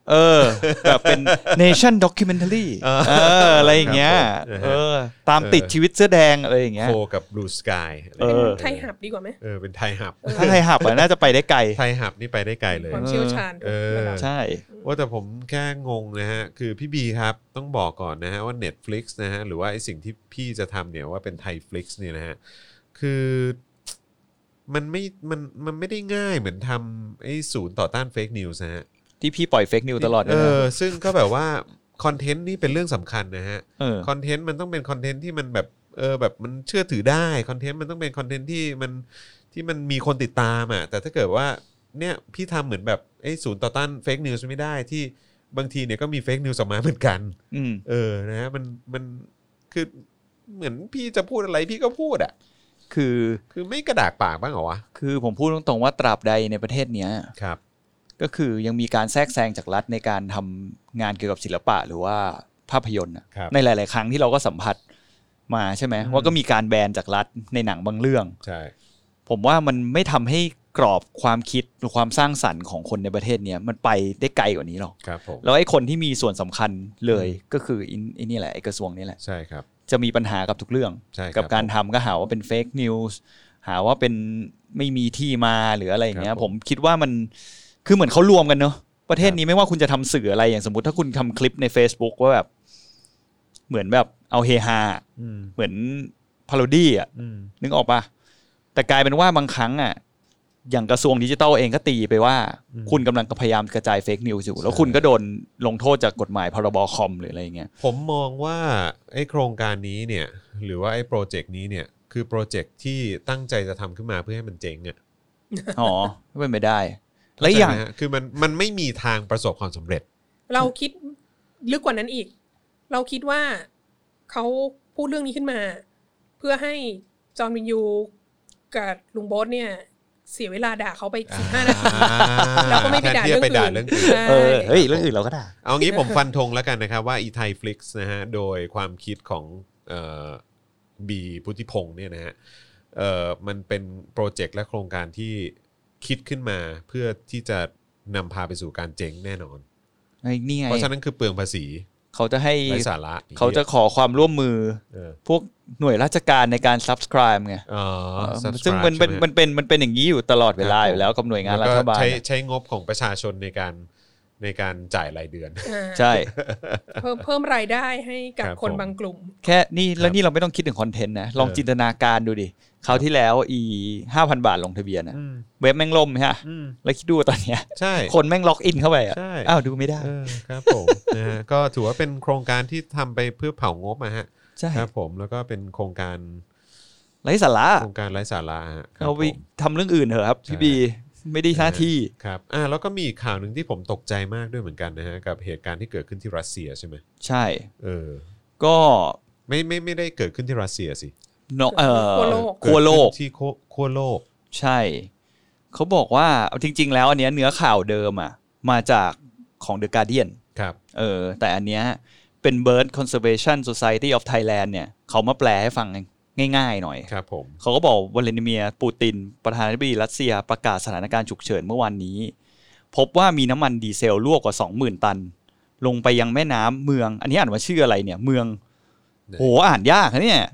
เออแบบเป็น nation documentary เอออะไรอย่างเงี้ยเออตามติดชีวิตเสื้อแดงอะไรอย่างเงี้ยโคกับ Blue Sky เออไทยหับดีกว่าไหมเออเป็นไทยหับถ้าไทยหับอ่ะน่าจะไปได้ไกลไทยหับนี่ไปได้ไกลเลยความเชี่ยวชาญเออใช่ว่าแต่ผมแค่งงนะฮะคือพี่บีครับต้องบอกก่อนนะฮะว่า Netflix นะฮะหรือว่าไอ้สิ่งที่พี่จะทำเนี่ยว่าเป็นไทย Flix เนี่ยนะฮะคือมันไม่มันมันไม่ได้ง่ายเหมือนทำไอ้ศูนย์ต่อต้านเฟกนิวส์นะฮะที่พี่ปล่อยเฟกนิวตลอดเออซึ่งก็แบบว่าคอนเทนต์นี่เป็นเรื่องสำคัญนะฮะคอนเทนต์มันต้องเป็นคอนเทนต์ที่มันแบบเออแบบมันเชื่อถือได้คอนเทนต์มันต้องเป็นคอนเทนต์ที่มันที่มันมีคนติดตามอ่ะแต่ถ้าเกิดว่าเนี่ยพี่ทำเหมือนแบบไอ้ศูนย์ต่อต้านเฟกนิวส์ไม่ได้ที่บางทีเนี่ยก็มีเฟกนิวส์ออกมาเหมือนกันเออนะฮะมันมันคือเหมือนพี่จะพูดอะไรพี่ก็พูดอ่ะคือคือไม่กระดากปากบ้างเหรอวะคือผมพูดตรงๆว่าตราบใดในประเทศเนี้ยครับก็คือยังมีการแทรกแซงจากรัฐในการทำงานเกี่ยวกับศิลปะหรือว่าภาพยนตร์ในหลายๆครั้งที่เราก็สัมผัสมาใช่ไหมว่าก็มีการแบนจากรัฐในหนังบางเรื่องใช่ผมว่ามันไม่ทำให้กรอบความคิดหรือความสร้างสรรค์ของคนในประเทศเนี้ยมันไปได้ไกลกว่านี้หรอกแล้วไอ้คนที่มีส่วนสำคัญเลยก็คือไอ้นี่แหละไอ้กระทรวงนี้แหละใช่ครับจะมีปัญหากับทุกเรื่องกับการทำก็หาว่าเป็นเฟกนิวส์หาว่าเป็นไม่มีที่มาหรืออะไรอย่างเงี้ยผมคิดว่ามันคือเหมือนเขารวมกันเนอะประเทศนี้ไม่ว่าคุณจะทำสื่ออะไรอย่างสมมติถ้าคุณทำคลิปใน Facebook ว่าแบบเหมือนแบบเอาเฮฮาเหมือนพาโรดี้อ่ะนึกออกปะแต่กลายเป็นว่าบางครั้งอ่ะอย่างกระทรวงดิจิทัลเองก็ตีไปว่าคุณกำลังพยายามกระจายเฟกนิวส์อยู่แล้วคุณก็โดนลงโทษจากกฎหมายพรบคอมหรืออะไรอย่างเงี้ยผมมองว่าไอ้โครงการนี้เนี่ยหรือว่าไอ้โปรเจกต์นี้เนี่ยคือโปรเจกต์ที่ตั้งใจจะทำขึ้นมาเพื่อให้มันเจ๊งอ่ะอ๋อไม่เป็นไปได้แล้วอย่างคือมันมันไม่มีทางประสบความสำเร็จเราคิดลึกกว่านั้นอีกเราคิดว่าเขาพูดเรื่องนี้ขึ้นมาเพื่อให้จอห์นวินยูกับลุงโบ๊ทเนี่ยเสียเวลาด่าเขาไปสิบห้านาทีแล้วก็ไม่ไปด่าเรื่องอื่นเออเฮ้ยเรื่องอื่นเราก็ด่าเอางี้ผมฟันธงแล้วกันนะครับว่าอีไทย Flix นะฮะโดยความคิดของเอ่อบีพุทธิพงษ์เนี่ยนะฮะเอ่อมันเป็นโปรเจกต์และโครงการที่คิดขึ้นมาเพื่อที่จะนำพาไปสู่การเจ๊งแน่นอนนี่ไงเพราะฉะนั้นคือเปลืองภาษีเขาจะให้ไร้สาระเขาจะขอความร่วมมือพวกหน่วยราชการในการ subscribe ไงซึ่งมันเป็นมันเป็นมันเป็นอย่างนี้อยู่ตลอดเวลาอยู่แล้วกับหน่วยงานรัฐบาลใช้ใช้งบของประชาชนในการในการจ่ายรายเดือนใช่เพิ่มเพิ่มรายได้ให้กับคนบางกลุ่มแค่นี่แล้วนี่เราไม่ต้องคิดถึงคอนเทนต์นะลองจินตนาการดูดิคราวที่แล้วอี ห้าพัน บาทลงทะเบียนนะเว็บแม่งล่มฮะแล้วคิดดูตอนเนี้ยคนแม่งล็อกอินเข้าไปอ่ะอ้าวดูไม่ได้ครับผมนะฮะก็ถือว่าเป็นโครงการที่ทำไปเพื่อเผางบนะฮะครับผมแล้วก็เป็นโครงการไร้สาระโครงการไร้สาระฮะเอาไปทำเรื่องอื่นเถอะครับพี่บีไม่ได้หน้าที่ครับอ่าแล้วก็มีข่าวหนึ่งที่ผมตกใจมากด้วยเหมือนกันนะฮะกับเหตุการณ์ที่เกิดขึ้นที่รัสเซียใช่ไหมใช่เออก็ไม่ไม่ไม่ได้เกิดขึ้นที่รัสเซียสินกเอ่อขั้วโลกที่ขั้วโลกใช่เขาบอกว่าจริงๆแล้วอันเนี้ยเนื้อข่าวเดิมอ่ะมาจากของ The Guardian ครับเออแต่อันเนี้ยเป็น Bird Conservation Society of Thailand เนี่ยเขามาแปลให้ฟังง่ายๆหน่อยครับผมเขาก็บอกวลาดิเมียร์ปูตินประธานาธิบดีรัสเซียประกาศสถานการณ์ฉุกเฉินเมื่อวานนี้พบว่ามีน้ำมันดีเซลรั่วกว่า สองหมื่น ตันลงไปยังแม่น้ำเมืองอันนี้อ่านว่าชื่ออะไรเนี่ยเมืองโหอ่านยากนะเนี่ย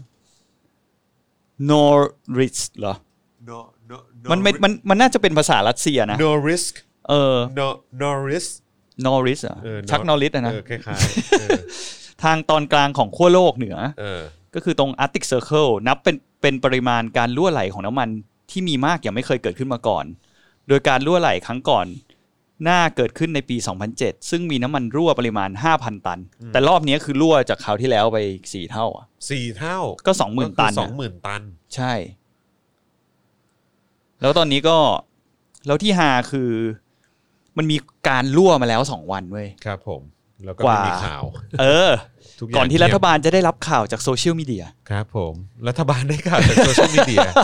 Norilsk เหรอ no no มันมันมันน่าจะเป็นภาษารัสเซียนะ Norilsk เออ no Norilsk Norilsk อ่ะชัก Norilsk อ่ะนะเออคล้ายๆทางตอนกลางของขั้วโลกเหนือเออก็คือตรง Arctic Circle นับเป็นเป็นปริมาณการรั่วไหลของน้ำมันที่มีมากอย่างไม่เคยเกิดขึ้นมาก่อนโดยการรั่วไหลครั้งก่อนน่าเกิดขึ้นในปีสองพันเจ็ดซึ่งมีน้ำมันรั่วปริมาณ ห้าพัน ตันแต่รอบนี้คือรั่วจากคราวที่แล้วไปสี่เท่าอ่ะสี่เท่าก็ สองหมื่น ตันสองหมื่น ตันใช่แล้วตอนนี้ก็แล้วที่ฮาคือมันมีการรั่วมาแล้วสองวันเว้ยครับผมแล้วก็ไม่มีข่าวเออก่อนที่รัฐบาลจะได้รับข่าวจากโซเชียลมีเดียครับผมรัฐบาลได้ข่าวจากโซเชียลมีเดีย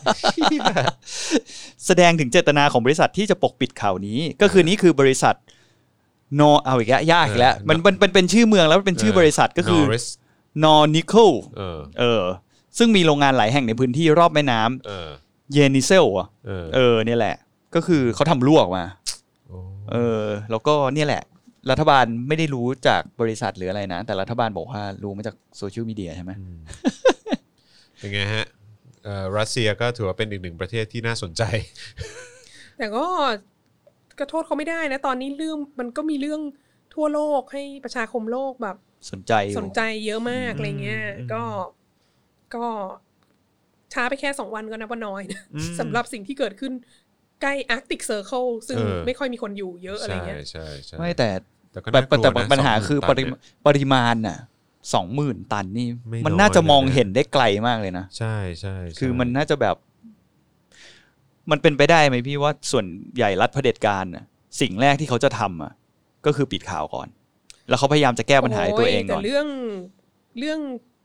แสดงถึงเจตนาของบริษัทที่จะปกปิดข่าวนี้ก็คือนี้คือบริษัทโนเอาอีกแล้วยากอีกแล้วมันเป็นเป็นชื่อเมืองแล้วเป็นชื่อบริษัทก็คือนอนิเคิลเออซึ่งมีโรงงานหลายแห่งในพื้นที่รอบแม่น้ำเยนิเซลอ่ะเออเนี่ยแหละก็คือเขาทำรั่วออกมาเออแล้วก็เนี่ยแหละรัฐบาลไม่ได้รู้จากบริษัทหรืออะไรนะแต่รัฐบาลบอกว่ารู้มาจากโซเชียลมีเดียใช่ไหมเป็นไงฮะเอ่อรัสเซียก็ถือว่าเป็นอีกหนึ่งประเทศที่น่าสนใจแต่ก็ก็โทษเขาไม่ได้นะตอนนี้เรื่องมันก็มีเรื่องทั่วโลกให้ประชาคมโลกแบบสนใจสนใจเยอะมากอะไรเงี้ยก็ก็ช้าไปแค่สองวันก็นับว่าน้อยนะสำหรับสิ่งที่เกิดขึ้นใกล้ Arctic Circle ซึ่งไม่ค่อยมีคนอยู่เยอะอะไรเงี้ยใช่ใช่ไม่แต่แต่ปัญหาคือปริปริมาณน่ะสองหมื่นตันนี่มันน่าจะมองเห็นได้ไกลมากเลยนะใช่ใช่คือมันน่าจะแบบมันเป็นไปได้ไหมพี่ว่าส่วนใหญ่รัฐเผด็จการน่ะสิ่งแรกที่เขาจะทำอ่ะก็คือปิดข่าวก่อนแล้วเขาพยายามจะแก้ปัญหาตัวเองก่อนแต่เรื่องเรื่อง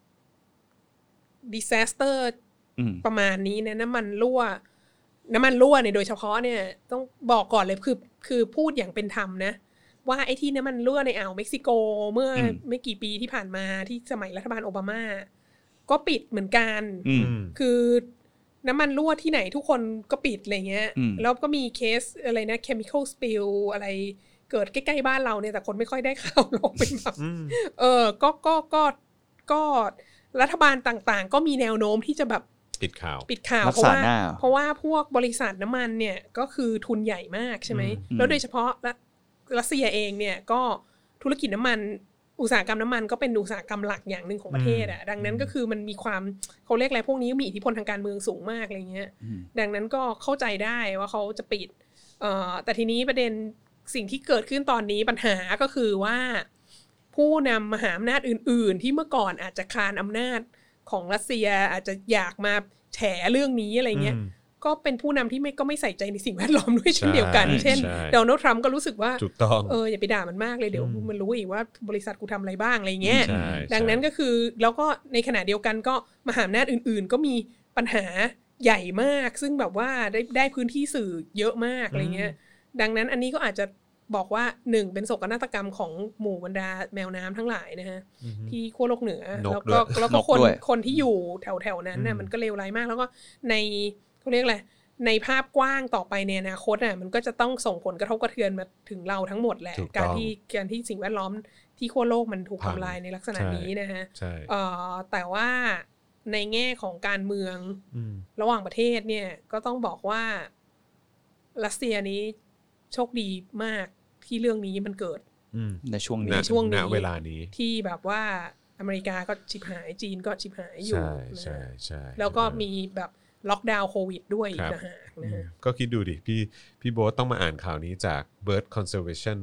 disaster ประมาณนี้นะน้ำมันรั่วน้ำมันรั่วเนี่ยโดยเฉพาะเนี่ยต้องบอกก่อนเลยคือคือพูดอย่างเป็นธรรมนะว่าไอ้ที่น้ำมันรั่วในอ่าวเม็กซิโกเมื่อไม่กี่ปีที่ผ่านมาที่สมัยรัฐบาลโอบามาก็ปิดเหมือนกันคือน้ำมันรั่วที่ไหนทุกคนก็ปิดอะไรเงี้ยแล้วก็มีเคสอะไรนะ chemical spill อะไรเกิดใกล้ๆบ้านเราเนี่ยแต่คนไม่ค่อยได้ข่าวลงเป็นแบบเออก็ก็ก็ก็รัฐบาลต่างๆก็มีแนวโน้มที่จะแบบปิดข่าวปิดข่าวเพราะว่าเพราะว่าพวกบริษัทน้ำมันเนี่ยก็คือทุนใหญ่มากใช่ไหมแล้วโดยเฉพาะรัสเซียเองเนี่ยก็ธุรกิจน้ำมันอุตสาหกรรมน้ำมันก็เป็นอุตสาหกรรมหลักอย่างหนึ่งของประเทศอ่ะดังนั้นก็คือมันมีความเขาเรียกอะไรพวกนี้มีอิทธิพลทางการเมืองสูงมากอะไรเงี้ยดังนั้นก็เข้าใจได้ว่าเขาจะปิดเอ่อแต่ทีนี้ประเด็นสิ่งที่เกิดขึ้นตอนนี้ปัญหาก็คือว่าผู้นำมหาอำนาจอื่นๆที่เมื่อก่อนอาจจะคานอำนาจของรัสเซียอาจจะอยากมาแฉเรื่องนี้อะไรเงี้ยก็เป็นผู้นำที่ไม่ก็ไม่ใส่ใจในสิ่งแวดล้อมด้วยเช่นเดียวกันเช่นโดนัลด์ทรัมป์ก็รู้สึกว่าเอออย่าไปด่ามันมากเลยเดี๋ยวมันรู้อีกว่าบริษัทกูทำอะไรบ้างอะไรเงี้ยดังนั้นก็คือแล้วก็ในขณะเดียวกันก็มหาอำนาจอื่นๆก็มีปัญหาใหญ่มากซึ่งแบบว่าได้ได้พื้นที่สื่อเยอะมากอะไรเงี้ยดังนั้นอันนี้ก็อาจจะบอกว่าหนึ่งเป็นโศกนาฏกรรมของหมู่บรรดาแมวน้ำทั้งหลายนะฮะที่ขั้วโลกเหนือแล้วก็แล้วก็คนคนที่อยู่แถวแถวนั้นน่ะมันก็เลวร้ายมากแล้วก็ในเขาเรียกอะไรในภาพกว้างต่อไปในอนาคตน่ะมันก็จะต้องส่งผลกระทบกระเทือนมาถึงเราทั้งหมดแหละการที่การที่สิ่งแวดล้อมที่ขั้วโลกมันถูกทำลายในลักษณะนี้นะฮะแต่ว่าในแง่ของการเมืองระหว่างประเทศเนี่ยก็ต้องบอกว่ารัสเซียนี้โชคดีมากที่เรื่องนี้มันเกิดในช่วงนี้ในช่วงนี้เวลานี้ที่แบบว่าอเมริกาก็ฉิบหายจีนก็ฉิบหายอยู่ใช่ใช่ใช่แล้วก็มีแบบล็อกดาวน์โควิดด้วยนะฮะก็คิดดูดิพี่พี่โบ๊ทต้องมาอ่านข่าวนี้จาก Bird Conservation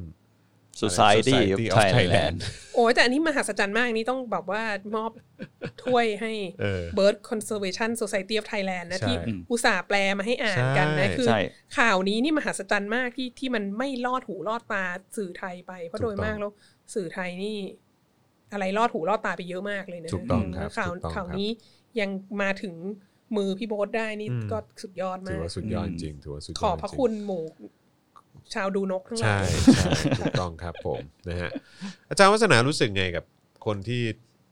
Society of Thailand โอ้ยแต่อันนี้มหัศจรรย์มากนี่ต้องแบบว่ามอบถ้วยให้ Bird Conservation Society of Thailand นะที่อุตส่าห์แปลมาให้อ่านกันนะคือข่าวนี้นี่มหัศจรรย์มากที่ที่มันไม่ลอดหูลอดตาสื่อไทยไปเพราะโดยมากแล้วสื่อไทยนี่อะไรลอดหูลอดตาไปเยอะมากเลยนะข่าวข่าวนี้ยังมาถึงมือพี่โบ๊ทได้นี่ก็สุดยอดมากถือว่าสุดยอดจริงถือว่าสุดยอดขอบพระคุณหมู่ชาวดูนกทั้งหลายใช่ใช่ถูกต้องครับผมนะฮะอาจารย์วัฒนารู้สึกไงกับคนที่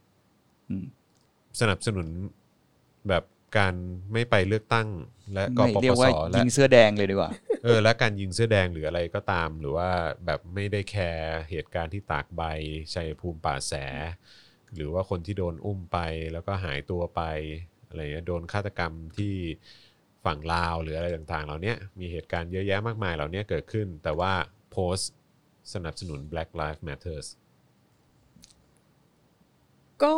สนับสนุนแบบการไม่ไปเลือกตั้งและกปปสและยิงเสื้อแดงเลยดีกว่าเออและการยิงเสื้อแดงหรืออะไรก็ตามหรือว่าแบบไม่ได้แคร์เหตุการณ์ที่ตากใบชัยภูมิป่าแสหรือว่าคนที่โดนอุ้มไปแล้วก็หายตัวไปอะไรเงี้ยโดนฆาตกรรมที่ฝั่งลาวหรืออะไรต่างๆเหล่านี้มีเหตุการณ์เยอะแยะมากมายเหล่านี้เกิดขึ้นแต่ว่าโพสต์สนับสนุน Black Lives Matters ก็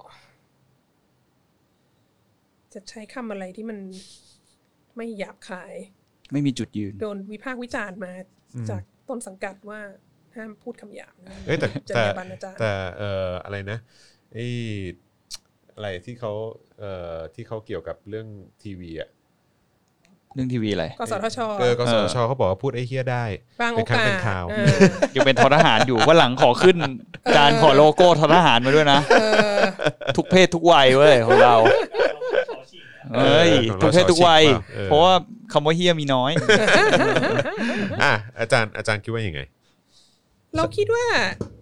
จะใช้คำอะไรที่มันไม่หยาบคายไม่มีจุดยืนโดนวิพากษ์วิจารณ์มาจากต้นสังกัดว่าห้ามพูดคำหยาบนะเอ้ยแต่แต่แต่เอ่ออะไรนะไอ้อะไรที่เขาเอ่อที่เขาเกี่ยวกับเรื่องทีวีอ่ะเรื่องทีวีอะไรกสทชเออกสทชเขาบอกว่าพูดไอ้เหี้ยได้เป็นครั้งเป็นคราวยังเป็นททหารอยู่ว่าหลังขอขึ้นจานขอโลโก้ททหารมาด้วยนะทุกเพศทุกวัยเว้ยของเราเอ้ยทุกเพศทุกวัยเพราะว่าคำว่าเหี้ยมีน้อยอ่ะอาจารย์อาจารย์คิดว่ายังไงเราคิดว่า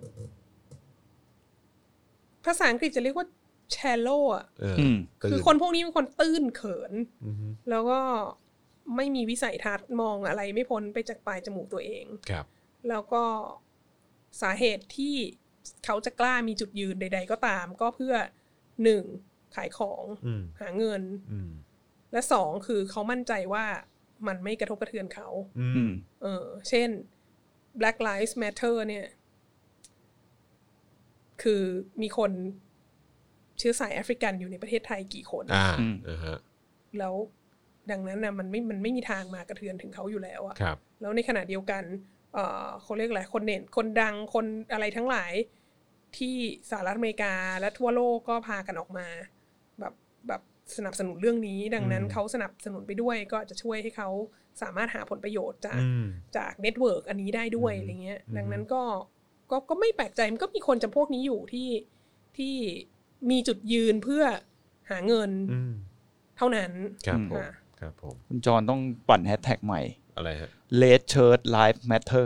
ภาษาอังกฤษจะเรียกว่าshallow อ่ะคือคนพวกนี้เป็นคนตื้นเขินแล้วก็ไม่มีวิสัยทัศน์มองอะไรไม่พ้นไปจากปลายจมูกตัวเองครับแล้วก็สาเหตุที่เขาจะกล้ามีจุดยืนใดๆก็ตามก็เพื่อหนึ่งขายของหาเงินและสองคือเขามั่นใจว่ามันไม่กระทบกระเทือนเขาเออเช่น Black Lives Matter เนี่ยคือมีคนเชื้อสายแอฟริกันอยู่ในประเทศไทยกี่คนอ่าแล้วดังนั้นนะมันไม่มันไม่มีทางมากระเทือนถึงเขาอยู่แล้วอะแล้วในขณะเดียวกันเอ่อเขาเรียกอะไรคนเด่นคนดังคนอะไรทั้งหลายที่สหรัฐอเมริกาและทั่วโลกก็พากันออกมาแบบแบบสนับสนุนเรื่องนี้ดังนั้นเขาสนับสนุนไปด้วยก็จะช่วยให้เขาสามารถหาผลประโยชน์จากจากเน็ตเวิร์กอันนี้ได้ด้วยอะไรเงี้ยดังนั้นก็ก็ก็ไม่แปลกใจมันก็มีคนจำพวกนี้อยู่ที่ที่มีจุดยืนเพื่อหาเงินเท่านั้นครับผมครับผมคุณจรต้องปั่นแฮชแท็กใหม่อะไรฮะ Red Shirt Life Matter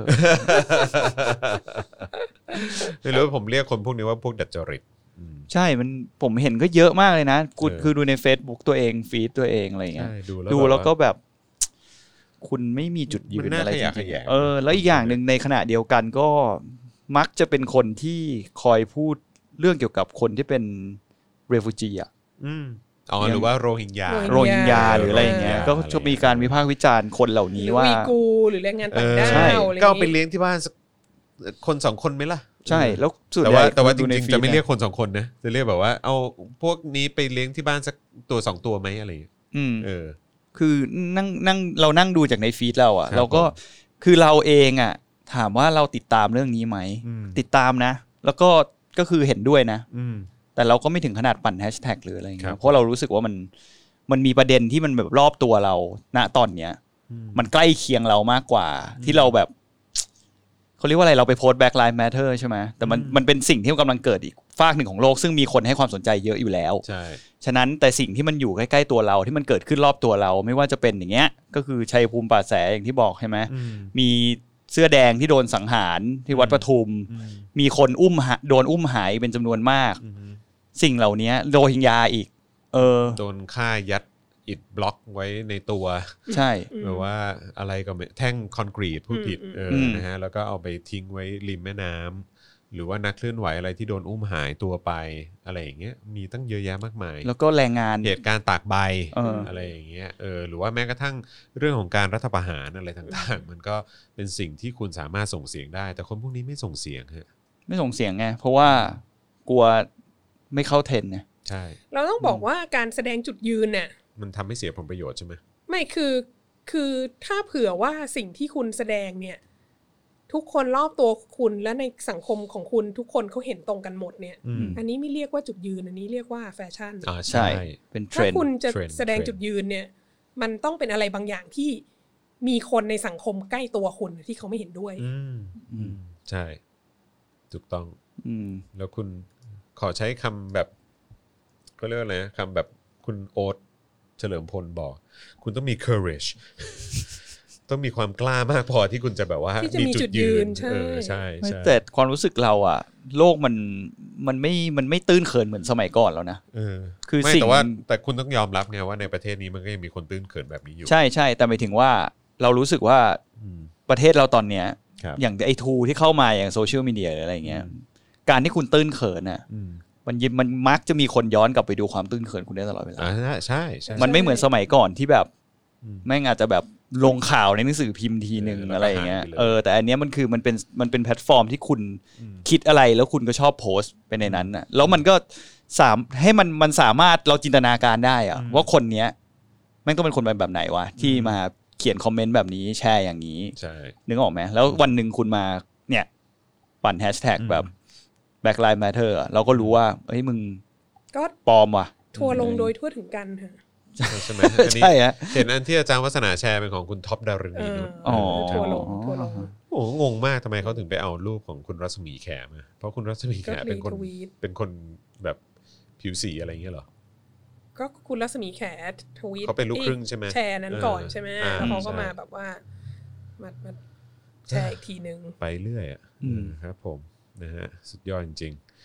ไม่รู้ผมเรียกคนพวกนี้ว่าพวกดัดจริตใช่มันผมเห็นก็เยอะมากเลยนะกูคือดูใน Facebook ตัวเองฟีดตัวเองอะไรอย่างเงี้ยดูแล้วก็แบบคุณไม่มีจุดยืนอะไรจริงๆเออแล้วอีกอย่างนึงในขณะเดียวกันก็มักจะเป็นคนที่คอยพูดเรื่องเกี่ยวกับคนที่เป็นเรฟูจีอ่ะอืมอ๋อหรือว่าโรฮิงญาโรฮิงญาหรืออะไรอย่างเงี้ยก็จะมีการวิพากษ์วิจารณ์คนเหล่านี้ว่าวีกูหรือแรงงานต่างด้าวอะไรก็ไปเลี้ยงที่บ้านคนสองคนไหมล่ะใช่แล้วสุดแต่ว่าแต่ว่าจริงๆจะไม่เรียกคนสองคนนะจะเรียกแบบว่าเอาพวกนี้ไปเลี้ยงที่บ้านสักตัวสองตัวไหมอะไรอืมเออคือนั่งนั่งเรานั่งดูจากในฟีดเราอ่ะเราก็คือเราเองอ่ะถามว่าเราติดตามเรื่องนี้ไหมติดตามนะแล้วก็ก็คือเห็นด้วยนะแต่เราก็ไม่ถึงขนาดปั่นแฮชแท็กหรืออะไรเงี้ยเพราะเรารู้สึกว่ามันมันมีประเด็นที่มันแบบรอบตัวเราณตอนเนี้ยมันใกล้เคียงเรามากกว่าที่เราแบบเขาเรียกว่าอะไรเราไปโพสต์ Black Lives Matter ใช่ไหมแต่มันมันเป็นสิ่งที่กำลังเกิดอีกฝากหนึ่งของโลกซึ่งมีคนให้ความสนใจเยอะอยู่แล้วใช่ฉะนั้นแต่สิ่งที่มันอยู่ใกล้ๆตัวเราที่มันเกิดขึ้นรอบตัวเราไม่ว่าจะเป็นอย่างเงี้ยก็คือชัยภูมิป่าแสอย่างที่บอกใช่ไหมมีเสื้อแดงที่โดนสังหารที่วัดปทุมมีคนอุ้มโดนอุ้มหายเป็นจำนวนมากสิ่งเหล่านี้โรฮิงญาอีกเออโดนฆ่ายัดอิฐบล็อกไว้ในตัวใช่หรือว่าอะไรก็แท่งคอนกรีตผู้ผิดเออนะฮะแล้วก็เอาไปทิ้งไว้ริมแม่น้ำหรือว่านักเคลื่อนไหวอะไรที่โดนอุ้มหายตัวไปอะไรอย่างเงี้ยมีตั้งเยอะแยะมากมายแล้วก็แรงงานเหตุการณ์ตากใบ อ, อะไรอย่างเงี้ยเออหรือว่าแม้กระทั่งเรื่องของการรัฐประหารอะไรต่างๆมันก็เป็นสิ่งที่คุณสามารถส่งเสียงได้แต่คนพวกนี้ไม่ส่งเสียงฮะไม่ส่งเสียงไงเพราะว่ากลัวไม่เข้าเทรนด์ไงใช่เราต้องบอกว่าการแสดงจุดยืนเนี่ยมันทำให้เสียผลประโยชน์ใช่ไหมไม่คือคือถ้าเผื่อว่าสิ่งที่คุณแสดงเนี่ยทุกคนรอบตัวคุณและในสังคมของคุณทุกคนเขาเห็นตรงกันหมดเนี่ย อ, อันนี้ไม่เรียกว่าจุดยืนอันนี้เรียกว่าแฟชั่นอ่าใช่เป็นเทรนด์ถ้าคุณจะแสดงจุดยืนเนี่ยมันต้องเป็นอะไรบางอย่างที่มีคนในสังคมใกล้ตัวคุณที่เขาไม่เห็นด้วยอืมอืมใช่ถูกต้องอืมแล้วคุณขอใช้คำแบบก็เรียกอะไรนะคำแบบคุณโอ๊ตเฉลิมพลบอกคุณต้องมี courage ต้องมีความกล้ามากพอที่คุณจะแบบว่ามีจุดยืนใช่ใช่ใช่แต่ความรู้สึกเราอะโลกมันมันไม่มันไม่ตื้นเขินเหมือนสมัยก่อนแล้วนะเออคือสิ่งแต่ว่าแต่คุณต้องยอมรับไงว่าในประเทศนี้มันก็ยังมีคนตื้นเขินแบบนี้อยู่ใช่ใช่แต่หมายถึงว่าเรารู้สึกว่าประเทศเราตอนเนี้ยอย่างไอทูที่เข้ามาอย่างโซเชียลมีเดียอะไรอย่างเงี้ยการที่คุณตื้นเขินน่ะมันมันมักจะมีคนย้อนกลับไปดูความตื้นเขินคุณได้ตลอดเวลาอ่าใช่ใช่มันไม่เหมือนสมัยก่อนที่แบบแม่งอาจจะแบบลงข่าวในหนังสือพิมพ์ทีนึงอะไรอย่างเงี้ยเออแต่อันเนี้ยมันคือมันเป็นมันเป็นแพลตฟอร์มที่คุณคิดอะไรแล้วคุณก็ชอบโพสต์ไปในนั้นน่ะแล้วมันก็สามให้มันมันสามารถเราจินตนาการได้อะว่าคนเนี้ยแม่งต้องเป็นคนแบบไหนวะที่มาเขียนคอมเมนต์แบบนี้แชร์อย่างนี้นึกออกไหมแล้ววันหนึ่งคุณมาเนี่ยปั่นแฮชแท็กแบบ Black Lives Matter เราก็รู้ว่าเฮ้ยมึงก็ปลอมว่ะทัวลงโดยทั่วถึงกันค่ะใช่ไหมอันนี้เห็นอันที่อาจารย์วัฒนาแชร์เป็นของคุณท็อปดารินีอ๋อทัวลงทัวลงโอ้งงมากทำไมเขาถึงไปเอารูปของคุณรัศมีแขมาเพราะคุณรัศมีแขเป็นคนเป็นคนแบบผิวสีอะไรอย่างเงี้ยเหรอก็คุณรัศมีแขทวีตเขาเป็นลูกครึ่งใช่ไหมแชร์นั้นก่อนใช่ไหมแล้วเขาก็มาแบบว่ามามาแชร์อีกทีนึงไปเรื่อยอ่ะครับผมนะฮะสุดยอดจริงๆ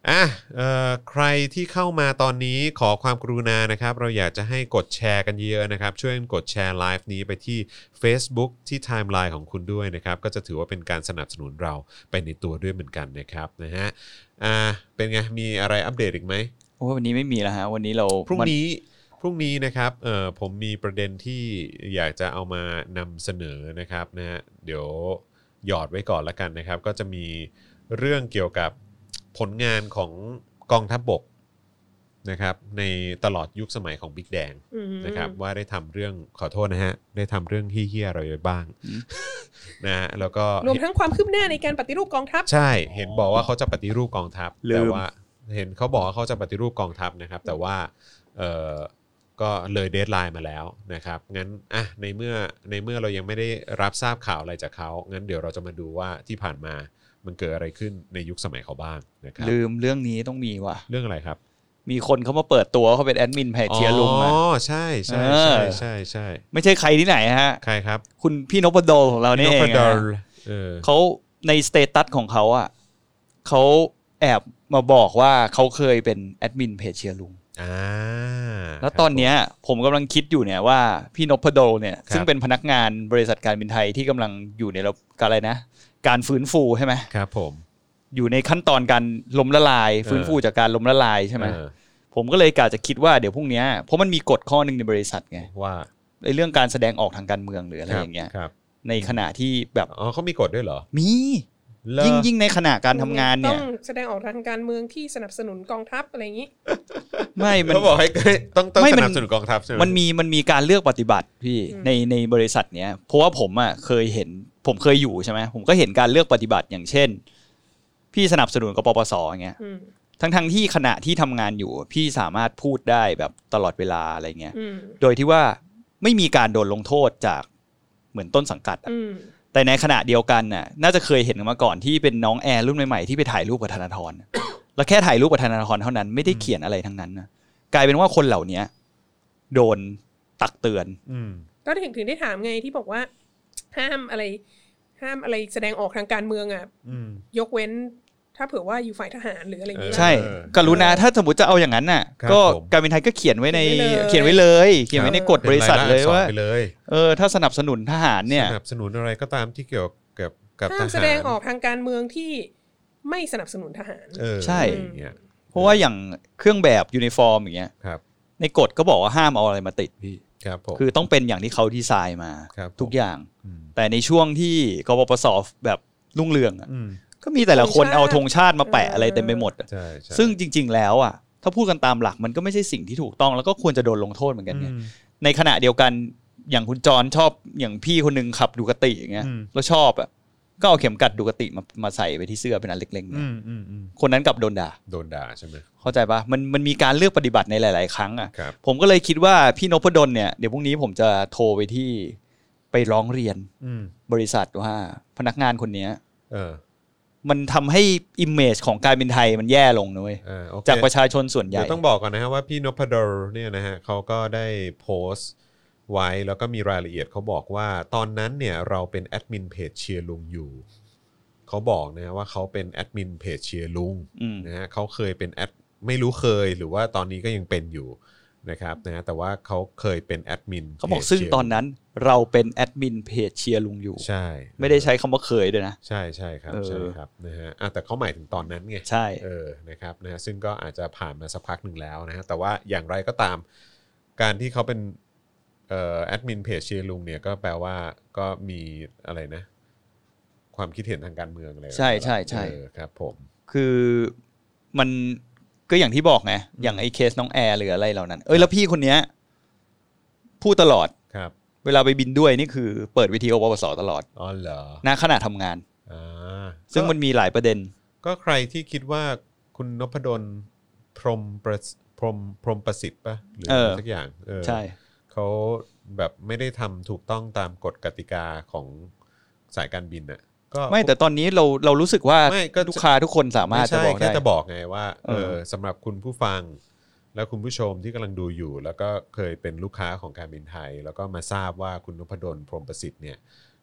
อ่ะเอ่อใครที่เข้ามาตอนนี้ขอความกรุณานะครับเราอยากจะให้กดแชร์กันเยอะๆนะครับช่วยกดแชร์ไลฟ์นี้ไปที่ Facebook ที่ไทม์ไลน์ของคุณด้วยนะครับก็จะถือว่าเป็นการสนับสนุนเราไปในตัวด้วยเหมือนกันนะครับนะฮะอ่าเป็นไงมีอะไรอัปเดตอีกไหมโอ้วันนี้ไม่มีแล้วฮะวันนี้เราพรุ่งนี้พรุ่งนี้นะครับเอ่อผมมีประเด็นที่อยากจะเอามานำเสนอนะครับนะฮะเดี๋ยวหยอดไว้ก่อนละกันนะครับก็จะมีเรื่องเกี่ยวกับผลงานของกองทัพบกนะครับในตลอดยุคสมัยของบิ๊กแดงนะครับว่าได้ทำเรื่องขอโทษนะฮะได้ทำเรื่องเหี้ยๆอะไรไปบ้างนะฮะแล้วก็รวมทั้งความคืบหน้าในการปฏิรูปกองทัพใช่เห็นบอกว่าเขาจะปฏิรูปกองทัพแต่ว่าเห็นเขาบอกว่าเขาจะปฏิรูปกองทัพนะครับแต่ว่าเออก็เลยเดดไลน์มาแล้วนะครับงั้นอ่ะในเมื่อในเมื่อเรายังไม่ได้รับทราบข่าวอะไรจากเขางั้นเดี๋ยวเราจะมาดูว่าที่ผ่านมามันเกิดอะไรขึ้นในยุคสมัยเขาบ้างนะครับลืมเรื่องนี้ต้องมีว่ะเรื่องอะไรครับมีคนเขามาเปิดตัวเขาเป็นแอดมินเพจเชียร์ลุงอ๋อใช่ใช่ใช่ใช่ใช่ไม่ใช่ใครที่ไหนฮะใครครับคุณพี่นพดลของเราเนี่ยเองเขาในสเตตัสของเขาอ่ะเขาแอบมาบอกว่าเขาเคยเป็นแอดมินเพจเชียร์ลุงอ่าแล้วตอนเนี้ยผมกำลังคิดอยู่เนี่ยว่าพี่นพดลเนี่ยซึ่งเป็นพนักงานบริษัทการบินไทยที่กำลังอยู่ในอะไรนะการฟื้นฟูใช่ไหมครับผมอยู่ในขั้นตอนการล้มละลายฟื้นฟูจากการล้มละลายใช่ไหมผมก็เลยกะจะคิดว่าเดี๋ยวพรุ่งนี้เพราะมันมีกฎข้อหนึ่งในบริษัทไงว่าในเรื่องการแสดงออกทางการเมืองหรืออะไรอย่างเงี้ยในขณะที่แบบอ๋อเขามีกฎด้วยเหรอมียิ่งยิ่งในขณะการทำงานเนี่ยต้องแสดงออกทางการเมืองที่สนับสนุนกองทัพอะไรอย่างนี้ไม่มันเขาบอกให้ต้องต้องสนับสนุนกองทัพใช่ไหมมันมีมันมีการเลือกปฏิบัติพี่ในในบริษัทเนี้ยเพราะว่าผมอ่ะเคยเห็นผมเคยอยู่ใช่ไหมผมก็เห็นการเลือกปฏิบัติอย่างเช่นพี่สนับสนุนกปปสอย่างเงี้ยทั้งทั้งที่ขณะที่ทำงานอยู่พี่สามารถพูดได้แบบตลอดเวลาอะไรเงี้ยโดยที่ว่าไม่มีการโดนลงโทษจากเหมือนต้นสังกัดอ่ะแต่ในขณะเดียวกันน่ะน่าจะเคยเห็นมาก่อนที่เป็นน้องแอร์รุ่นใหม่ๆที่ไปถ่ายรูปกับธนาธรแล้วแค่ถ่ายรูปกับธนาธรเท่านั้นไม่ได้เขียนอะไรทั้งนั้นนะกลายเป็นว่าคนเหล่านี้โดนตักเตือนก็ถึงถึงได้ถามไงที่บอกว่าห้ามอะไรห้ามอะไรแสดงออกทางการเมืองอ่ะยกเว้นถ้าเผื่อว่าอยู่ฝ่ายทหารหรืออะไรอย่างเงี้ยใช่กรุณาถ้าสมมติจะเอาอย่างนั้นน่ะก็การบินไทยก็เขียนไว้ในเขียนไว้เลยเขียนไว้ในกฎบริษัทเลยว่าเออถ้าสนับสนุนทหารเนี่ยสนับสนุนอะไรก็ตามที่เกี่ยวกับกับทหารห้ามแสดงออกทางการเมืองที่ไม่สนับสนุนทหารใช่เพราะว่าอย่างเครื่องแบบยูนิฟอร์มอย่างเงี้ยในกฎก็บอกว่าห้ามเอาอะไรมาติดพี่คือต้องเป็นอย่างที่เขาดีไซน์มาทุกอย่างแต่ในช่วงที่กปปสแบบรุ่งเรืองอ่ะก็มีแต่ละคนเอาธงชาติมาแปะอะไรเต็มไปหมดซึ่งจริงๆแล้วอ่ะถ้าพูดกันตามหลักมันก็ไม่ใช่สิ่งที่ถูกต้องแล้วก็ควรจะโดนลงโทษเหมือนกันเนี่ยในขณะเดียวกันอย่างคุณจรชอบอย่างพี่คนนึงขับดูคติอย่างเงี้ยแล้วชอบอ่ะก็เอาเข็มกัดดูคติมามาใส่ไปที่เสื้อเป็นอันเล็กๆเนี่ยคนนั้นกับโดนด่าโดนด่าใช่ไหมเข้าใจปะมันมันมีการเลือกปฏิบัติในหลายๆครั้งอ่ะผมก็เลยคิดว่าพี่นพดลเนี่ยเดี๋ยวพรุ่งนี้ผมจะโทรไปที่ไปร้องเรียนบริษัทว่าพนักงานคนนี้มันทำให้อิมเมจของการบินไทยมันแย่ลงนะเว้ยจากประชาชนส่วนใหญ่เดี๋ยวต้องบอกก่อนนะครับว่าพี่นพดลเนี่ยนะฮะเขาก็ได้โพสต์ไว้แล้วก็มีรายละเอียดเขาบอกว่าตอนนั้นเนี่ยเราเป็นแอดมินเพจเชียร์ลุงอยู่เขาบอกนะว่าเขาเป็นแอดมินเพจเชียร์ลุงนะฮะเขาเคยเป็นแอดไม่รู้เคยหรือว่าตอนนี้ก็ยังเป็นอยู่นะครับนะแต่ว่าเขาเคยเป็นแอดมินเขาบอกซึ่งตอนนั้นเราเป็นแอดมินเพจเชียร์ลุงอยู่ใช่ไม่ได้ใช้คำว่าเคยด้วยนะใช่ใช่ครับใช่ครับนะฮะแต่เขาหมายถึงตอนนั้นไงใช่เออนะครับนะซึ่งก็อาจจะผ่านมาสักพักหนึ่งแล้วนะฮะแต่ว่าอย่างไรก็ตามการที่เขาเป็นเอ่อแอดมินเพจเชียร์ลุงเนี่ยก็แปลว่าก็มีอะไรนะความคิดเห็นทางการเมืองอะไรใช่ใช่ใช่ครับผมคือมันก็อย่างที่บอกไงอย่างไอ้เคสน้องแอร์หรืออะไรเหล่านั้นเอ้ยแล้วพี่คนเนี้ยพูดตลอดครับเวลาไปบินด้วยนี่คือเปิดวิทยุปปสตลอดอ๋อเหรอณขณะทำงานอ่าซึ่งมันมีหลายประเด็นก็ใครที่คิดว่าคุณนพดลพรหมประพรหมพรหมประสิทธิ์ป่ะหรืออะไรสักอย่างเออใช่เขาแบบไม่ได้ทำถูกต้องตามกฎกติกาของสายการบินน่ะก็ไม่แต่ตอนนี้เราเรารู้สึกว่าลูกค้าทุกคนสามารถจะบอกได้แค่จะบอกไงว่าเออสำหรับคุณผู้ฟังและคุณผู้ชมที่กำลังดูอยู่แล้วก็เคยเป็นลูกค้าของการบินไทยแล้วก็มาทราบว่าคุณนพดลพรหมประสิทธิ์เนี่ย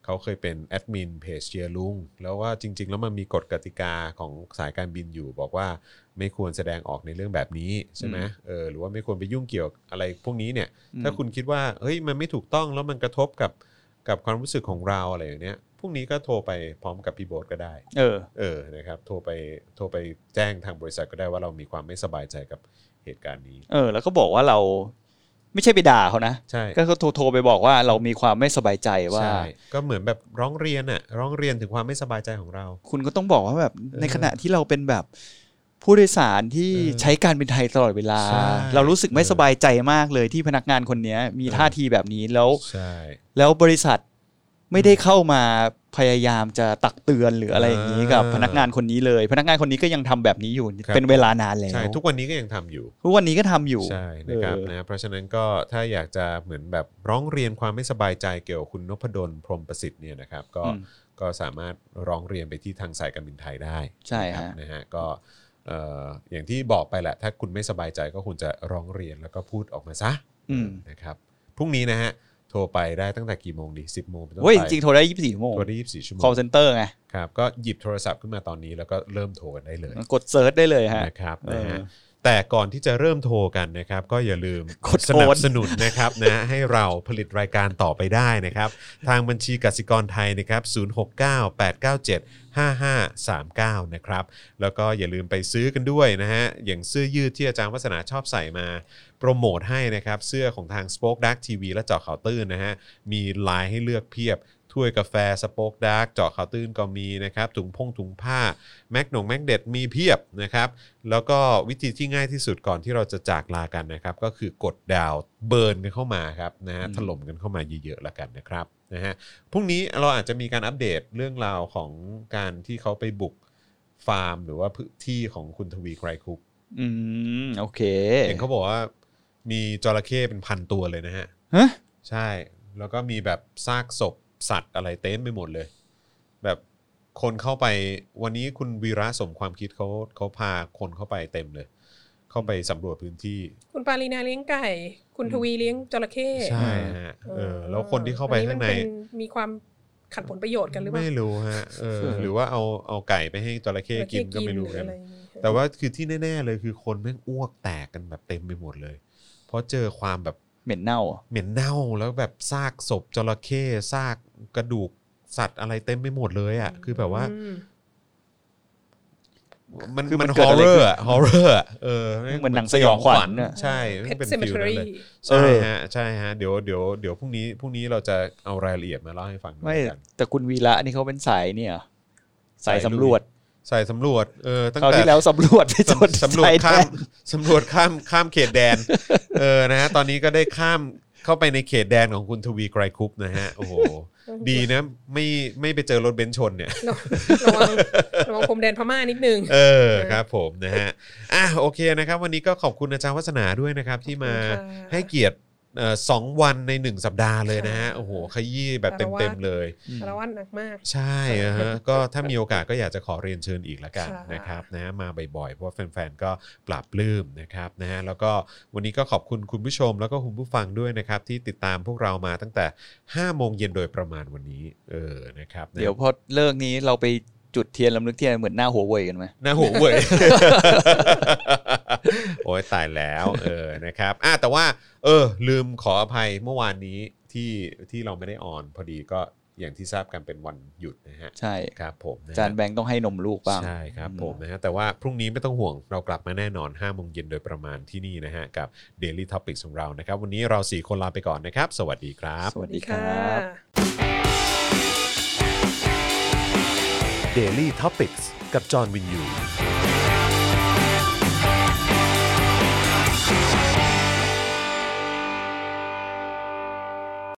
เขาเคยเป็นแอดมินเพจเชียร์ลุงแล้วว่าจริงๆแล้วมันมีกฎกติกาของสายการบินอยู่บอกว่าไม่ควรแสดงออกในเรื่องแบบนี้ใช่ไหมเออหรือว่าไม่ควรไปยุ่งเกี่ยวอะไรพวกนี้เนี่ยถ้าคุณคิดว่าเฮ้ยมันไม่ถูกต้องแล้วมันกระทบกับกับความรู้สึกของเราอะไรอย่างเนี้ยพรุ่งนี้ก็โทรไปพร้อมกับพี่โบ๊ทก็ได้เออเออนะครับโทรไปโทรไปแจ้งทางบริษัทก็ได้ว่าเรามีความไม่สบายใจกับเหตุการณ์นี้เออแล้วก็บอกว่าเราไม่ใช่ไปด่าเขานะใช่ก็โทรโทรไปบอกว่าเรามีความไม่สบายใจว่าก็เหมือนแบบร้องเรียนอะร้องเรียนถึงความไม่สบายใจของเราคุณก็ต้องบอกว่าแบบในขณะที่เราเป็นแบบผู้โดยสารที่ใช้การบินไทยตลอดเวลาเรารู้สึกไม่สบายใจมากเลยที่พนักงานคนนี้มีท่าทีแบบนี้แล้วแล้วบริษัทไม่ได้เข้ามาพยายามจะตักเตือนหรืออะไรอย่างนี้กับพนักงานคนนี้เลยพนักงานคนนี้ก็ยังทำแบบนี้อยู่เป็นเวลานานแล้วใช่ทุกวันนี้ก็ยังทำอยู่ทุกวันนี้ก็ทำอยู่ใช่นะครับนะเพราะฉะนั้นก็ถ้าอยากจะเหมือนแบบร้องเรียนความไม่สบายใจเกี่ยวกับคุณนพดลพรหมประสิทธิ์เนี่ยนะครับก็ก็สามารถร้องเรียนไปที่ทางสายการบินไทยได้ใช่ฮะนะฮะก็อย่างที่บอกไปแหละถ้าคุณไม่สบายใจก็ควรจะร้องเรียนแล้วก็พูดออกมาซะนะครับพรุ่งนี้นะฮะโทรไปได้ตั้งแต่กี่โมงดีสิบโมงเป็นต้นไปเฮ้ยจริงๆโทรได้ยี่สิบสี่ชั่วโมงโทรได้ยี่สิบสี่ชั่วโมง call center ไงครับก็หยิบโทรศัพท์ขึ้นมาตอนนี้แล้วก็เริ่มโทรกันได้เลยกดเซิร์ชได้เลยฮะนะครับนะฮะแต่ก่อนที่จะเริ่มโทรกันนะครับก็อย่าลืมสนับสนุนนะครับนะให้เราผลิตรายการต่อไปได้นะครับทางบัญชีกสิกรไทยนะครับศูนย์ หก เก้า แปด เก้า เจ็ด ห้า ห้า สาม เก้านะครับแล้วก็อย่าลืมไปซื้อกันด้วยนะฮะอย่างเสื้อยืดที่อาจารย์วัฒนาชอบใส่มาโปรโมทให้นะครับเสื้อของทาง Spoke Dark ที วี และเจาะข่าวตื้นนะฮะมีลายให้เลือกเพียบถ้วยกาแฟ Spoke Dark เจาะข่าวตื้นก็มีนะครับถุงพงถุงผ้าแม็กหนงแม็กเด็ดมีเพียบนะครับแล้วก็วิธีที่ง่ายที่สุดก่อนที่เราจะจากลากันนะครับก็คือกดดาวเบิร์นกันเข้ามาครับนะฮะถล่มกันเข้ามาเยอะๆแล้วกันนะครับนะฮะพรุ่งนี้เราอาจจะมีการอัปเดตเรื่องราวของการที่เขาไปบุกฟาร์มหรือว่าพื้นที่ของคุณทวีไกรคุปอืมโอเคเห็นเขาบอกว่ามีจระเข้เป็นพันตัวเลยนะฮะฮะใช่แล้วก็มีแบบซากศพสัตว์อะไรเต็มไปหมดเลยแบบคนเข้าไปวันนี้คุณวีระสมความคิดเขาเขาพาคนเข้าไปเต็มเลยเข้าไปสำรวจพื้นที่คุณปารีนาเลี้ยงไก่คุณทวีเลี้ยงจระเข้ใช่ฮะเออแล้วคนที่เข้าไปข้างในมีความขัดผลประโยชน์กันหรือเปล่าไม่รู้ฮะเออหรือว่าเอาเอาไก่ไปให้จระเข้กินก็ไม่รู้กันแต่ว่าคือที่แน่ๆเลยคือคนแม่งอ้วกแตกกันแบบเต็มไปหมดเลยเพราะเจอความแบบเหม็นเน่าเหม็นเน่าแล้วแบบซากศพจระเข้ซากกระดูกสัตว์อะไรเต็มไปหมดเลยอ่ะคือแบบว่ามันมันฮอร์เรอร์อ่ะฮอร์เรอร์เออเหมือนหนังสยองขวัญใช่เป็นฟิลนั้นเลยใช่ฮะใช่ฮะเดี๋ยวเดี๋ยวเดี๋ยวพรุ่งนี้พรุ่งนี้เราจะเอารายละเอียดมาเล่าให้ฟังไม่แต่คุณวีระนี่เขาเป็นสายเนี่ยสายสำรวจสายสำรวจเออตั้งแต่ที่แล้วสำรวจไปจนสำรวจข้ามสำรวจข้ามข้ามเขตแดนเออนะฮะตอนนี้ก็ได้ข้ามเข้าไปในเขตแดนของคุณทวีไกรคุปนะฮะโอ้โหดีนะไม่ไม่ไปเจอรถเบนซ์ชนเนี่ยระวังระวังพรมแดนพม่านิดนึงเออครับผมนะฮะอ่ะโอเคนะครับวันนี้ก็ขอบคุณอาจารย์วัฒนาด้วยนะครับที่มาให้เกียรติเอ่อสองวันในหนึ่งสัปดาห์เลยนะฮะโอ้โหขยี้แบบเต็มๆเลยสารวัตรหนักมากใช่ฮะก็ถ้ามีโอกาสก็อยากจะขอเรียนเชิญอีกละกันนะครับนะมาบ่อยๆเพราะว่าแฟนๆก็ปรับปลื้มนะครับนะฮะแล้วก็วันนี้ก็ขอบคุณคุณผู้ชมแล้วก็คุณผู้ฟังด้วยนะครับที่ติดตามพวกเรามาตั้งแต่ห้าโมงเย็นโดยประมาณวันนี้เออนะครับเดี๋ยวพอเลิกนี้เราไปจุดเทียนลำลึกเทียนเหมือนหน้าหัวเว่ยกันไหมหน้าหัวเว่ยโอ้ยตายแล้วเออนะครับอ่ะแต่ว่าเออลืมขออภัยเมื่อวานนี้ที่ที่เราไม่ได้ออนพอดีก็อย่างที่ทราบกันเป็นวันหยุดนะฮะใช่ครับผมอาจารย์แบงค์ต้องให้นมลูกบ้างใช่ครับผมนะฮะแต่ว่าพรุ่งนี้ไม่ต้องห่วงเรากลับมาแน่นอนห้าโมงเย็นโดยประมาณที่นี่นะฮะกับ Daily Topics ของเรานะครับวันนี้เราสี่คนลาไปก่อนนะครับสวัสดีครับสวัสดีครับ Daily Topics กับจอห์นวินยู